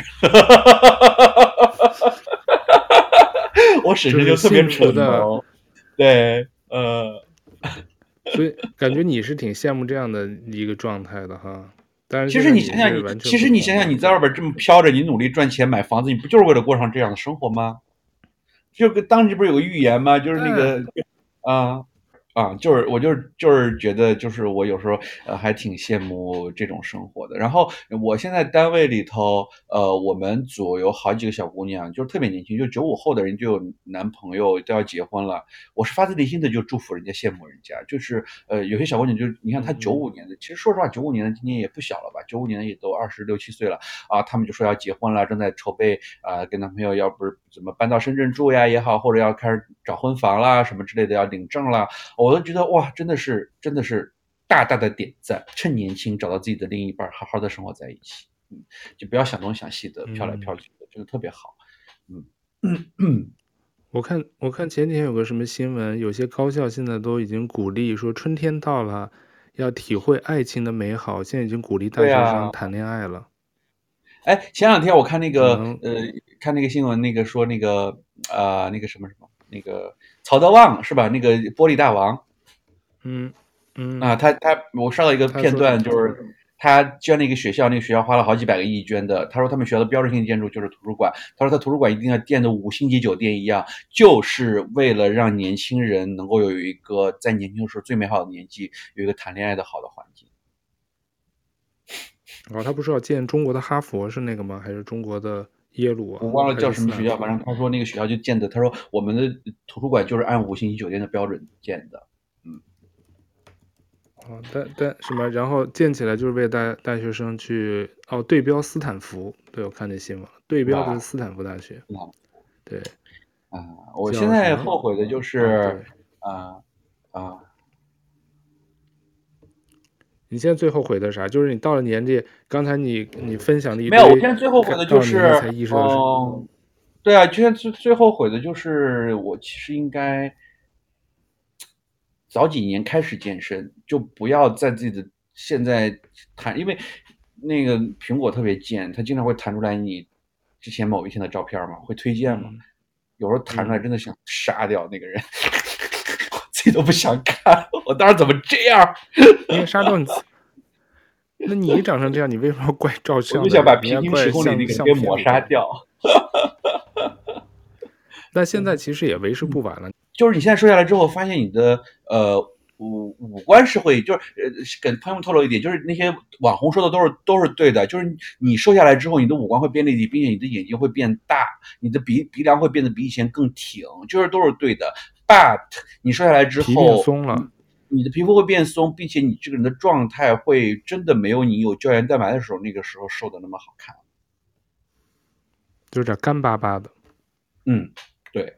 我婶婶就特别蠢萌，对，呃。 所以感觉你是挺羡慕这样的一个状态的哈。但是其实现在你你想想，你是完全其实你想想， 不同的。 你在外边这么飘着，你努力赚钱买房子，你不就是为了过上这样的生活吗？就跟当时不是有个预言吗？就是那个啊。啊，就是我就是就是觉得，就是我有时候呃还挺羡慕这种生活的。然后我现在单位里头，呃，我们组有好几个小姑娘，就是特别年轻，就九五后的人就有男朋友都要结婚了。我是发自内心的就祝福人家，羡慕人家。就是呃，有些小姑娘就是你看她九五年的，其实说实话，九五年的今年也不小了吧？九五年的也都二十六七岁了啊，他们就说要结婚了，正在筹备啊、呃，跟男朋友要不是怎么搬到深圳住呀也好，或者要开始找婚房啦什么之类的，要领证啦。我都觉得哇，真的是真的是大大的点赞，趁年轻找到自己的另一半，好好的生活在一起，嗯，就不要想东想西的，飘来飘去的，真的特别好，嗯嗯嗯。 我看我看前几天有个什么新闻，有些高校现在都已经鼓励说春天到了，要体会爱情的美好，现在已经鼓励大学对啊， 生谈恋爱了。 哎，前两天我看那个可能呃，看那个新闻，那个说那个啊、呃那个什么什么，那个曹德旺是吧？那个玻璃大王， 嗯嗯， 啊，他他我刷到一个他说片段，就是他捐了一个学校，那个学校花了好几百个亿捐的。他说他们学校的标志性建筑就是图书馆，他说他图书馆一定要建的五星级酒店一样，就是为了让年轻人能够有一个在年轻的时候最美好的年纪有一个谈恋爱的好的环境。 哦，他不是要建中国的哈佛是那个吗？还是中国的耶鲁啊？ 我忘了叫还是什么学校， 斯坦福？ 反正他说那个学校就建的，他说我们的图书馆就是按五星级酒店的标准建的。嗯， 哦，但但什么？然后建起来就是为大大学生去哦，对标斯坦福。对，我看那新闻，对标的是是吧？ 斯坦福大学。 嗯对， 啊，我现在叫什么？ 后悔的就哦， 是对， 啊啊。 你现在最后悔的啥？就是你到了年纪，刚才你你分享了一没有，我堆， 现在最后悔看的就是， 到了年纪才意识到是， 嗯，对啊，现在最最后悔的就是，我其实应该早几年开始健身，就不要在自己的现在弹，因为那个苹果特别贱，它经常会弹出来你之前某一天的照片嘛，会推荐嘛， 嗯有时候弹出来嗯， 真的想杀掉那个人，我自己都不想看，我当时怎么这样？ 你也杀掉你自，那你长成这样，你为什么要怪照我就相的人？你想把平要怪行时空里那相相个人给抹片的人。 杀掉。 但现在其实也为时不晚了。 就是你现在瘦下来之后，发现你的呃五五官是会，就是呃跟朋友们透露一点，就是那些网红说的都是都是对的，就是你瘦下来之后，你的五官会变立体，并且你的眼睛会变大，你的鼻鼻梁会变得比以前更挺，就是都是对的。But 你瘦下来之皮变后， 松了， 你的皮肤会变松，并且你这个人的状态会真的没有你有胶原蛋白的时候那个时候瘦的那么好看。 就有点干巴巴的。 嗯，对。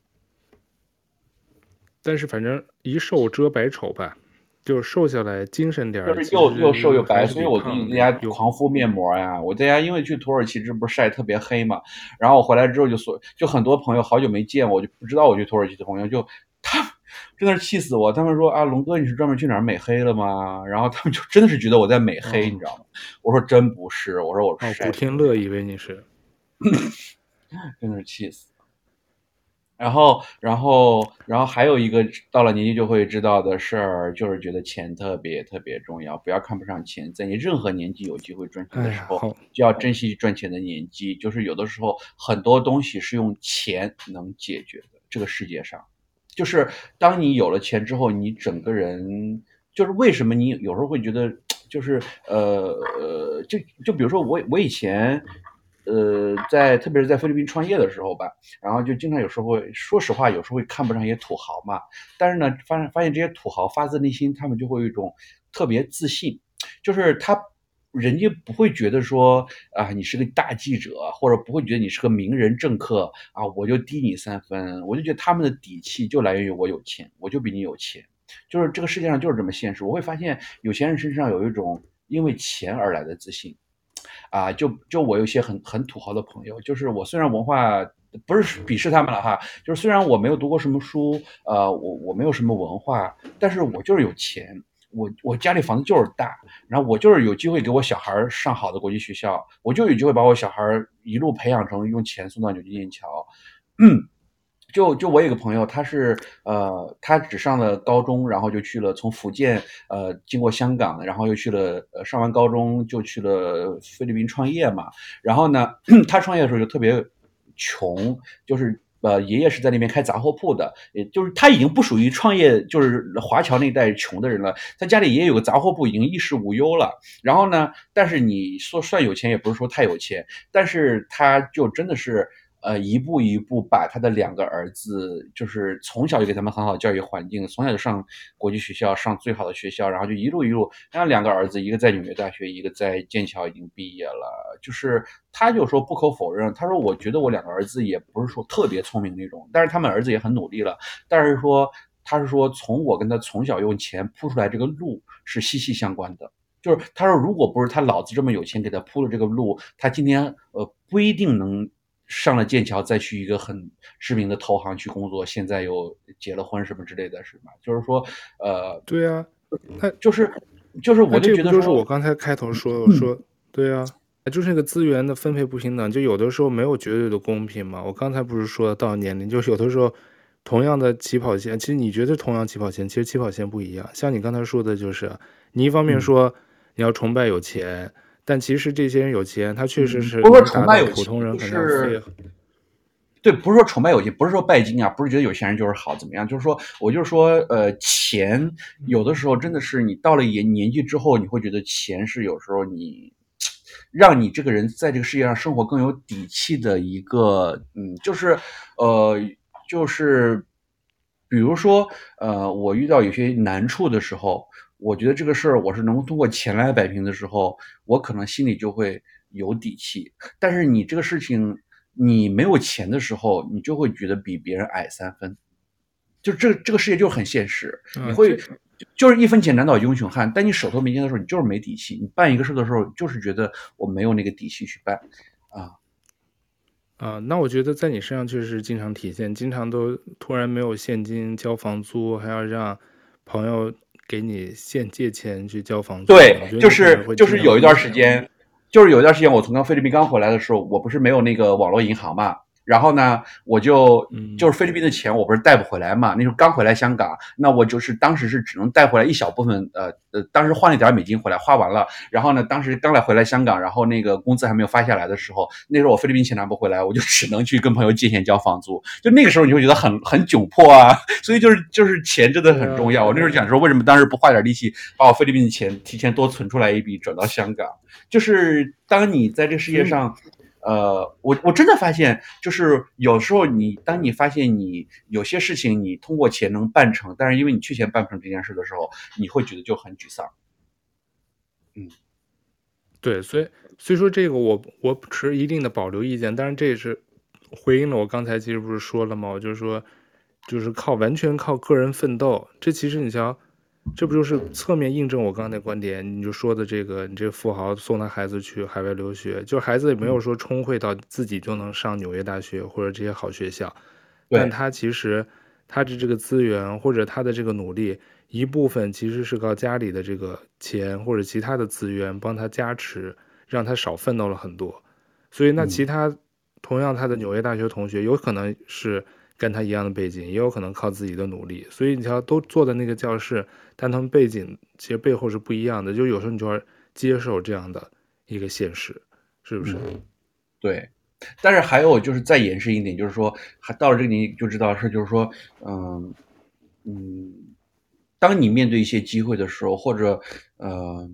但是反正一瘦遮百丑吧，就是瘦下来精神点儿， 就是其又又瘦又实还白，所以是比胖我最近在家那个有。 狂敷面膜呀。我在家因为去土耳其这不是晒特别黑嘛，然后我回来之后就所就很多朋友好久没见我，就不知道我去土耳其的朋友就他真的是气死我。他们说啊，龙哥你是专门去哪儿美黑了吗？然后他们就真的是觉得我在美黑， 哦你知道吗？我说真不是，我说我哦， 晒古天乐以为你是。 真的是气死。然后，然后，然后还有一个到了年纪就会知道的事儿，就是觉得钱特别特别重要，不要看不上钱。在你任何年纪有机会赚钱哎呀， 的时候， 好， 就要珍惜赚钱的年纪。就是有的时候很多东西是用钱能解决的，这个世界上，就是当你有了钱之后，你整个人就是为什么你有时候会觉得，就是呃呃，就就比如说我我以前。呃，在特别是在菲律宾创业的时候吧，然后就经常有时候会，说实话，有时候会看不上一些土豪嘛。但是呢，发现发现这些土豪发自内心，他们就会有一种特别自信，就是他人家不会觉得说啊你是个大记者，或者不会觉得你是个名人政客啊，我就低你三分。我就觉得他们的底气就来源于我有钱，我就比你有钱，就是这个世界上就是这么现实。我会发现有钱人身上有一种因为钱而来的自信。啊，就就我有一些很很土豪的朋友，就是我虽然文化不是鄙视他们了哈，就是虽然我没有读过什么书，呃，我我没有什么文化，但是我就是有钱，我我家里房子就是大，然后我就是有机会给我小孩上好的国际学校，我就有机会把我小孩一路培养成用钱送到纽金剑桥。就就我有个朋友，他是呃，他只上了高中，然后就去了从福建呃经过香港，然后又去了呃上完高中就去了菲律宾创业嘛。然后呢，他创业的时候就特别穷，就是呃爷爷是在那边开杂货铺的，也就是他已经不属于创业就是华侨那一代穷的人了，他家里爷爷有个杂货铺，已经衣食无忧了。然后呢，但是你说算有钱，也不是说太有钱，但是他就真的是。呃，一步一步把他的两个儿子，就是从小就给他们很好的教育环境，从小就上国际学校，上最好的学校，然后就一路一路，让两个儿子，一个在纽约大学，一个在剑桥已经毕业了。就是他就说不可否认，他说我觉得我两个儿子也不是说特别聪明那种，但是他们儿子也很努力了。但是说他是说从我跟他从小用钱铺出来这个路是息息相关的。就是他说，如果不是他老子这么有钱给他铺了这个路，他今天呃不一定能上了剑桥，再去一个很知名的投行去工作，现在又结了婚什么之类的，是吧？就是说，呃， 对啊，那就是就是，我就那这不觉得说， 就是我刚才开头说的，我说对啊，就是那个资源的分配不平等，就有的时候没有绝对的公平嘛。我刚才不是说到年龄，就是有的时候同样的起跑线，其实你觉得同样起跑线，其实起跑线不一样。像你刚才说的，就是你一方面嗯说你要崇拜有钱，但其实这些人有钱，他确实嗯， 是不是说能达到崇拜有钱，就普通人可能要费。 是对，不是说崇拜有钱，不是说拜金啊，不是觉得有钱人就是好怎么样，就是说，我就是说，呃，钱有的时候真的是你到了年年纪之后，你会觉得钱是有时候你让你这个人在这个世界上生活更有底气的一个，嗯，就是呃，就是比如说，呃，我遇到有些难处的时候，我觉得这个事儿我是能通过钱来摆平的时候，我可能心里就会有底气。但是你这个事情，你没有钱的时候，你就会觉得比别人矮三分。就这这个世界就很现实，你啊， 会这就是一分钱难倒英雄汉，但你手头没钱的时候，你就是没底气。你办一个事的时候，就是觉得我没有那个底气去办啊。 啊，那我觉得在你身上确实经常体现，经常都突然没有现金交房租，还要让朋友给你现借钱去交房租的。我对，就觉得你可能是就是会经常有一段时遇见。 间，就是有一段时间我从刚菲律宾刚回来的时候，我不是没有那个网络银行嘛， 然后呢，我就嗯就是菲律宾的钱，我不是带不回来嘛？那时候刚回来香港，那我就是当时是只能带回来一小部分，呃呃，当时换了一点美金回来，花完了。然后呢，当时刚来回来香港，然后那个工资还没有发下来的时候，那时候我菲律宾钱拿不回来，我就只能去跟朋友借钱交房租。就那个时候你会觉得很很窘迫啊，所以就是就是钱真的很重要。我那时候想说，为什么当时不花点力气把我菲律宾的钱提前多存出来一笔，转到香港？就是当你在这个世界上。呃，我我真的发现，就是有时候你当你发现你有些事情你通过钱能办成，但是因为你缺钱办不成这件事的时候，你会觉得就很沮丧。嗯， 对，所以所以说这个我我持一定的保留意见，但是这也是回应了我刚才其实不是说了吗？我就是说，就是靠完全靠个人奋斗，这其实你瞧，这不就是侧面印证我刚才那观点？你就说的这个，你这个富豪送他孩子去海外留学，就孩子也没有说聪慧到自己就能上纽约大学或者这些好学校，但对， 他其实他的这个资源或者他的这个努力，一部分其实是靠家里的这个钱或者其他的资源帮他加持，让他少奋斗了很多。所以那其嗯， 他同样他的纽约大学同学有可能是跟他一样的背景，也有可能靠自己的努力。所以你瞧，都坐在那个教室，但他们背景其实背后是不一样的。就有时候你就要接受这样的一个现实，是不是？ 嗯，对。但是还有就是再延伸一点，就是说，还到了这个年纪就知道是，就是说，嗯嗯，当你面对一些机会的时候，或者呃，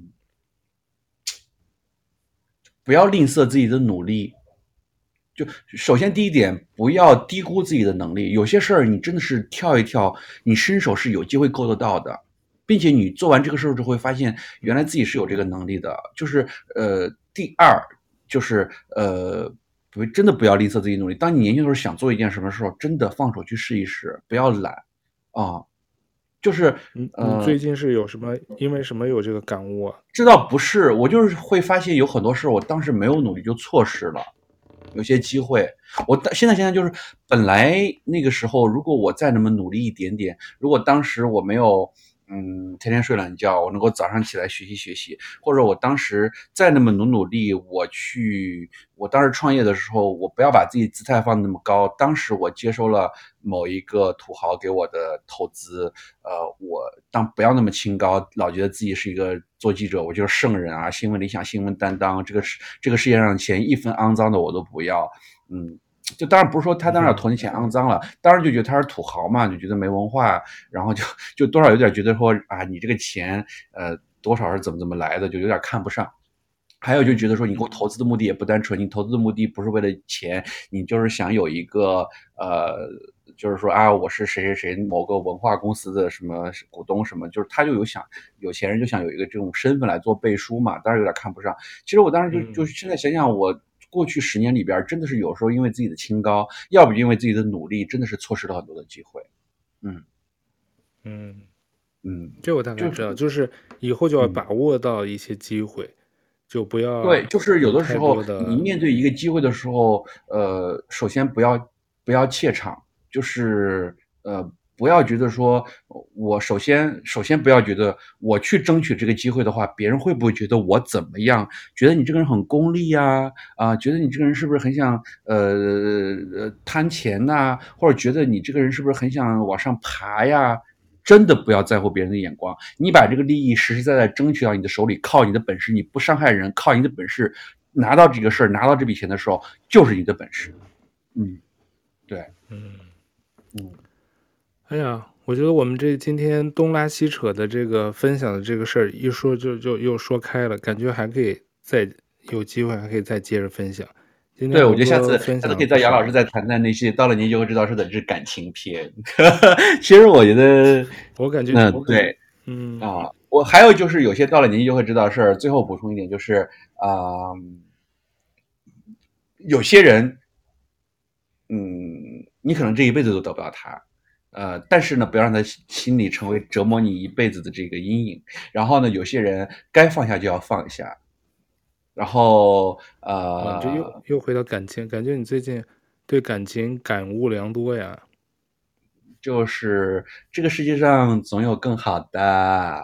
不要吝啬自己的努力，就首先第一点，不要低估自己的能力。有些事儿你真的是跳一跳，你伸手是有机会够得到的，并且你做完这个事儿之后，会发现原来自己是有这个能力的。就是呃，第二就是呃，不真的不要吝啬自己努力。当你年轻的时候想做一件什么时候，真的放手去试一试，不要懒啊。就是你你呃， 最近是有什么因为什么有这个感悟啊？ 这倒不是，我就是会发现有很多事我当时没有努力就错失了。有些机会，我当现在现在就是本来那个时候，如果我再那么努力一点点，如果当时我没有嗯天天睡懒觉，我能够早上起来学习学习，或者我当时再那么努努力，我去我当时创业的时候，我不要把自己姿态放那么高，当时我接收了某一个土豪给我的投资，呃，我当不要那么清高，老觉得自己是一个做记者，我就是圣人啊，新闻理想、新闻担当，这个世这个世界上钱一分肮脏的我都不要，嗯。就当然不是说他当然投那钱肮脏了，当然就觉得他是土豪嘛，就觉得没文化，然后就就多少有点觉得说啊，你这个钱呃多少是怎么怎么来的，就有点看不上。还有就觉得说，你给我投资的目的也不单纯，你投资的目的不是为了钱，你就是想有一个呃，就是说啊，我是谁谁谁某个文化公司的什么股东什么，就是他就有想有钱人就想有一个这种身份来做背书嘛，当然有点看不上。其实我当时就就嗯现在想想，我过去十年里边，真的是有时候因为自己的清高，要不因为自己的努力，真的是错失了很多的机会。嗯嗯， 嗯， 这我大概就是知道，就是以后就要嗯。 把握到一些机会，就不对， 要就是有有太的时候多的你面对一个机会的时候，呃，首先不要不要怯场，就是呃，不要觉得说，我首先首先不要觉得我去争取这个机会的话，别人会不会觉得我怎么样？觉得你这个人很功利呀，啊，觉得你这个人是不是很想呃呃贪钱呐、或者觉得你这个人是不是很想往上爬呀？真的不要在乎别人的眼光，你把这个利益实实在在争取到你的手里，靠你的本事，你不伤害人，靠你的本事拿到这个事儿，拿到这笔钱的时候，就是你的本事。嗯，对， 嗯。 嗯， 哎呀，我觉得我们这今天东拉西扯的这个分享的这个事儿，一说就就又说开了，感觉还可以再有机会还可以再接着分享。今天对，我猴觉得下次哥分享了下次可以找杨老师不少， 再谈谈那些到了年纪会知道是的这是感情片。其实我觉得， 我感觉， 嗯，对嗯啊，我还有就是有些到了年纪就会知道的事儿。最后补充一点，就是啊、有些人嗯，你可能这一辈子都得不到他，呃，但是呢，不要让他心里成为折磨你一辈子的这个阴影。然后呢，有些人该放下就要放下，然后哇，你这又呃， 又回到感情，感觉你最近对感情感悟良多呀。 就是这个世界上总有更好的，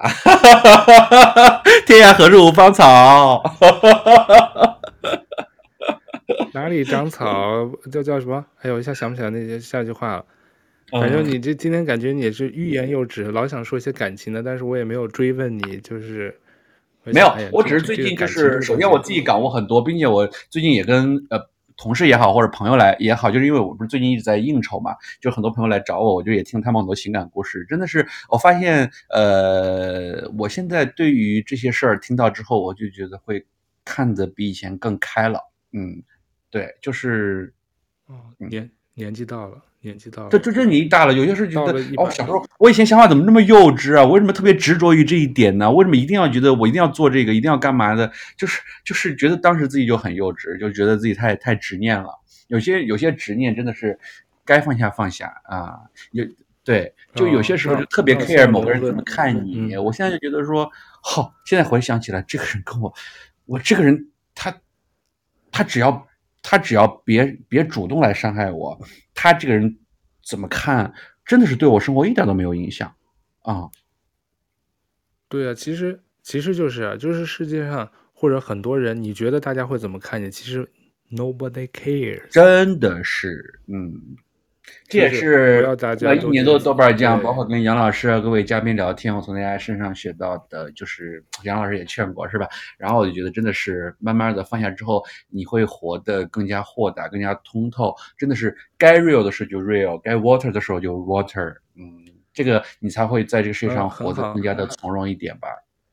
天涯何处无芳草。 哪里长草叫叫什么？哎呦，一下想不起来那些下句话了。反正嗯， 你这今天感觉你也是欲言又止，老想说一些感情的，但是我也没有追问你，就是我想， 没有， 哎呀， 我这这这个只是最近就感情这是， 个东西， 首先我自己感悟很多，并且我最近也跟呃同事也好或者朋友来也好，就是因为我不是最近一直在应酬嘛，就很多朋友来找我，我就也听他们很多情感故事，真的是我发现，呃，我现在对于这些事儿听到之后，我就觉得会看得比以前更开了，嗯，对，就是哦，年年纪到了，年纪到了， 这这这年纪大了，有些事觉得哦， 到了一把， 小时候我以前想法怎么那么幼稚啊？为什么特别执着于这一点呢？为什么一定要觉得我一定要做这个，一定要干嘛的？就是就是觉得当时自己就很幼稚，就觉得自己太太执念了。有些有些执念真的是该放下放下啊。有对，就有些哦， 时候就那特别那我现在 care 某个龙哥， 人怎么看你。 嗯， 我现在就觉得说，好、现在回想起来，这个人跟我，我这个人他他只要他只要别别主动来伤害我，他这个人怎么看，真的是对我生活一点都没有影响啊！ 对啊，其实其实就是啊，就是世界上或者很多人，你觉得大家会怎么看你？其实 nobody cares， 真的是，嗯，这也就是不是要大家呃一年多都觉得豆瓣酱，包对， 括跟杨老师啊各位嘉宾聊天，我从大家身上学到的，就是杨老师也劝过，是吧？然后我就觉得真的是慢慢的放下之后，你会活得更加豁达，更加通透，真的是该 real 的时候就 real，该 water 的时候就 water，嗯，这个你才会在这个世界很上活得更很好， 加的从容一点吧。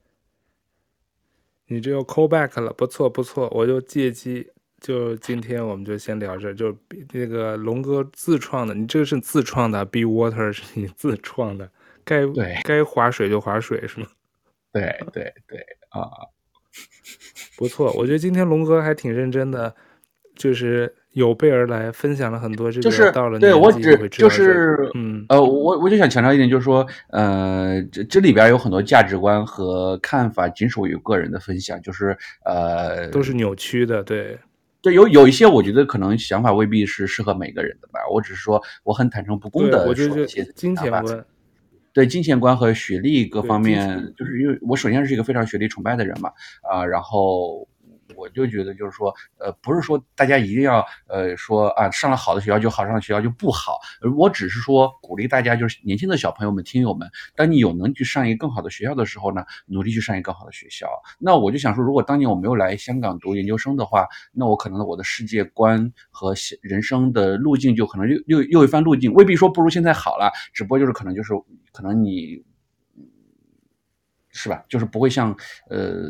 你这又 call back 了，不错不错，我就借机。就今天我们就先聊这，就那个龙哥自创的，你这个是自创的，Be Water 是你自创的，该对该划水就划水是吗？ 对对对啊， 不错，我觉得今天龙哥还挺认真的，就是有备而来，分享了很多这就是个到了对年纪就会我只就知道这， 是嗯， 呃，我我就想强调一点，就是说，呃，这这里边有很多价值观和看法仅属于个人的分享，就是呃， 都是扭曲的，对对，有有一些我觉得可能想法未必是适合每个人的吧，我只是说我很坦诚不公对， 的我觉得说一些自己金想法。 钱观， 对金钱观和学历各对金， 方面，就是因为我首先是一个非常学历崇拜的人嘛，啊、然后我就觉得就是说，呃，不是说大家一定要呃说啊上了好的学校就好，上了学校就不好，而我只是说鼓励大家，就是年轻的小朋友们、听友们，当你有能力去上一个更好的学校的时候呢，努力去上一个更好的学校。那我就想说，如果当年我没有来香港读研究生的话，那我可能我的世界观和人生的路径就可能又又又一番路径，未必说不如现在好了，只不过就是可能就是可能你是吧，就是不会像呃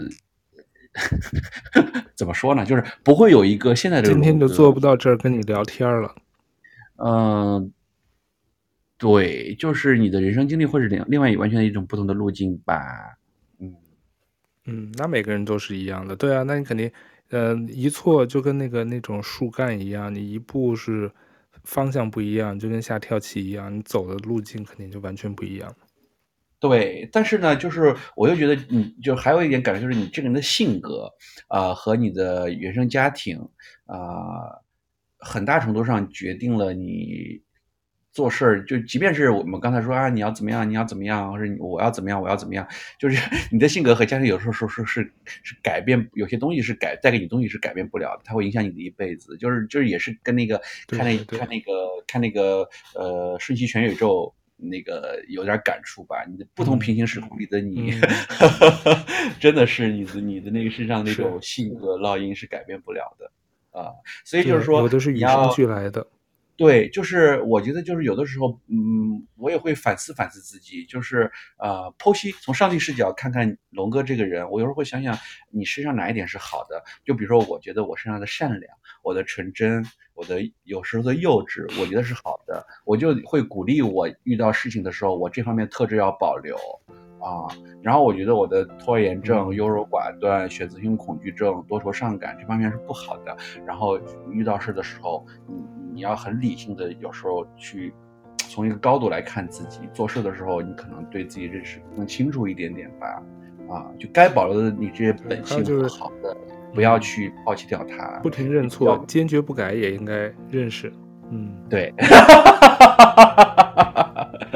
怎么说呢，就是不会有一个现在的今天就做龙哥， 不到这儿跟你聊天了， 嗯、对，就是你的人生经历会是另另外完全一种不同的路径吧，嗯。 嗯，那每个人都是一样的，对啊，那你肯定，呃，一错就跟那个那种树干一样，你一步是方向不一样，就跟下跳棋一样，你走的路径肯定就完全不一样。 对，但是呢，就是我又觉得你就还有一点感觉，就是你这个人的性格啊、呃和你的原生家庭啊、呃很大程度上决定了你做事儿。就即便是我们刚才说啊，你要怎么样，你要怎么样，或者我要怎么样，我要怎么样，就是你的性格和家庭有时候说是是是改变，有些东西是改带给你东西是改变不了的，它会影响你的一辈子。就是就是也是跟那个看那对对对， 看那个看那个呃瞬息全宇宙。那个有点感触吧，你的不同平嗯行时空里的你， 嗯， 真的是你的你的那个身上那是， 种性格烙印是改变不了的啊。所以就是对， 说， 有的是与生你要俱来的， 对，就是我觉得就是有的时候，嗯，我也会反思反思自己，就是呃，剖析从上帝视角看看龙哥这个人，我有时候会想想你身上哪一点是好的，就比如说我觉得我身上的善良，我的纯真，我的有时候的幼稚，我觉得是好的，我就会鼓励我遇到事情的时候，我这方面特质要保留啊。然后我觉得我的拖延症、 嗯， 优柔寡断、选择性恐惧症、多愁善感这方面是不好的。然后遇到事的时候，你你要很理性的，有时候去从一个高度来看自己。做事的时候，你可能对自己认识更清楚一点点吧。啊，就该保留的你这些对， 本性和还有就是， 好的，不要嗯， 去抛弃掉它。 不停认错， 要坚决不改也应该认识，嗯。 对，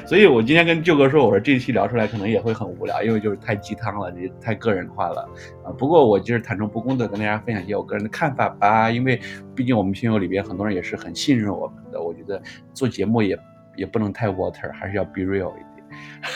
所以我今天跟舅哥说，我说这一期聊出来可能也会很无聊，因为就是太鸡汤了，这太个人化了啊。不过我就是坦诚不公的跟大家分享一些我个人的看法吧，因为毕竟我们听友里边很多人也是很信任我们的，我觉得做节目也也不能太 water， 还是要 be real 一点。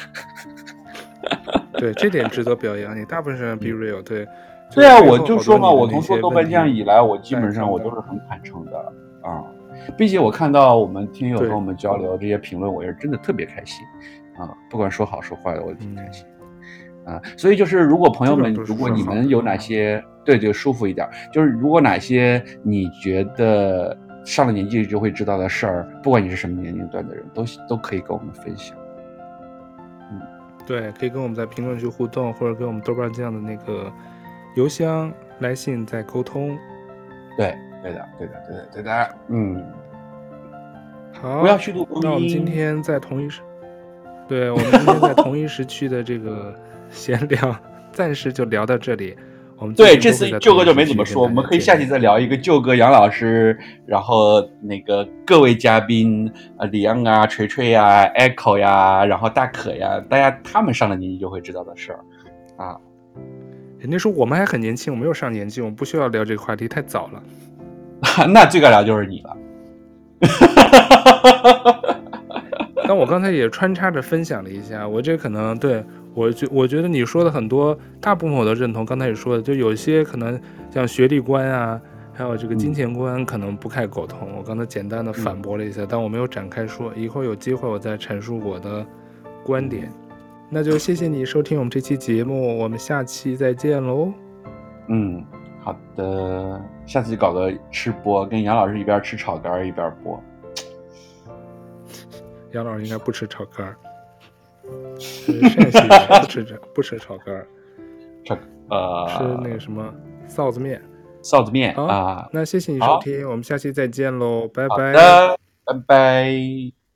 对，这点值得表扬。你大部分人 be real，、嗯、对。 对啊，我就说嘛，我从做豆瓣酱以来，我基本上我都是很坦诚的啊，并且我看到我们听友跟我们交流这些评论，我也是真的特别开心啊，不管说好说坏的，我都挺开心、嗯、啊。所以就是如果朋友们，如果你们有哪些对对舒服一点，就是如果哪些你觉得上了年纪就会知道的事儿，不管你是什么年龄段的人，都都可以跟我们分享。 嗯，对，可以跟我们在评论区互动，或者跟我们豆瓣酱的那个邮箱、来信再沟通。 对，对的，对的，对的，对的。嗯， 好， 不要虚度光阴。 那我们今天在同一时，对，我们今天在同一时区的这个闲聊，暂时就聊到这里。我们对，这次舅哥就没怎么说，我们可以下期再聊一个舅哥、杨老师，然后那个各位嘉宾啊，李阳啊、锤锤呀、Echo 呀，然后大可呀，大家他们上了年纪就会知道的事儿啊。 人家说我们还很年轻，我没有上年纪，我们不需要聊这个话题，太早了。 那最该聊就是你了。 但我刚才也穿插着分享了一下，我这可能对我觉我觉得你说的很多，大部分我都认同。刚才也说的，就有些可能像学历观啊，还有这个金钱观，可能不太苟同。我刚才简单的反驳了一下，但我没有展开说，以后有机会我再阐述我的观点。那就谢谢你收听我们这期节目，我们下期再见喽。 嗯，好的，下次搞个吃播，跟杨老师一边吃炒肝一边播。 杨老师应该不吃炒肝，是陕西人不吃不吃炒肝， 炒呃吃那个什么臊子面。 臊子面啊， 那谢谢你收听，我们下期再见喽，拜拜。 好的，拜拜。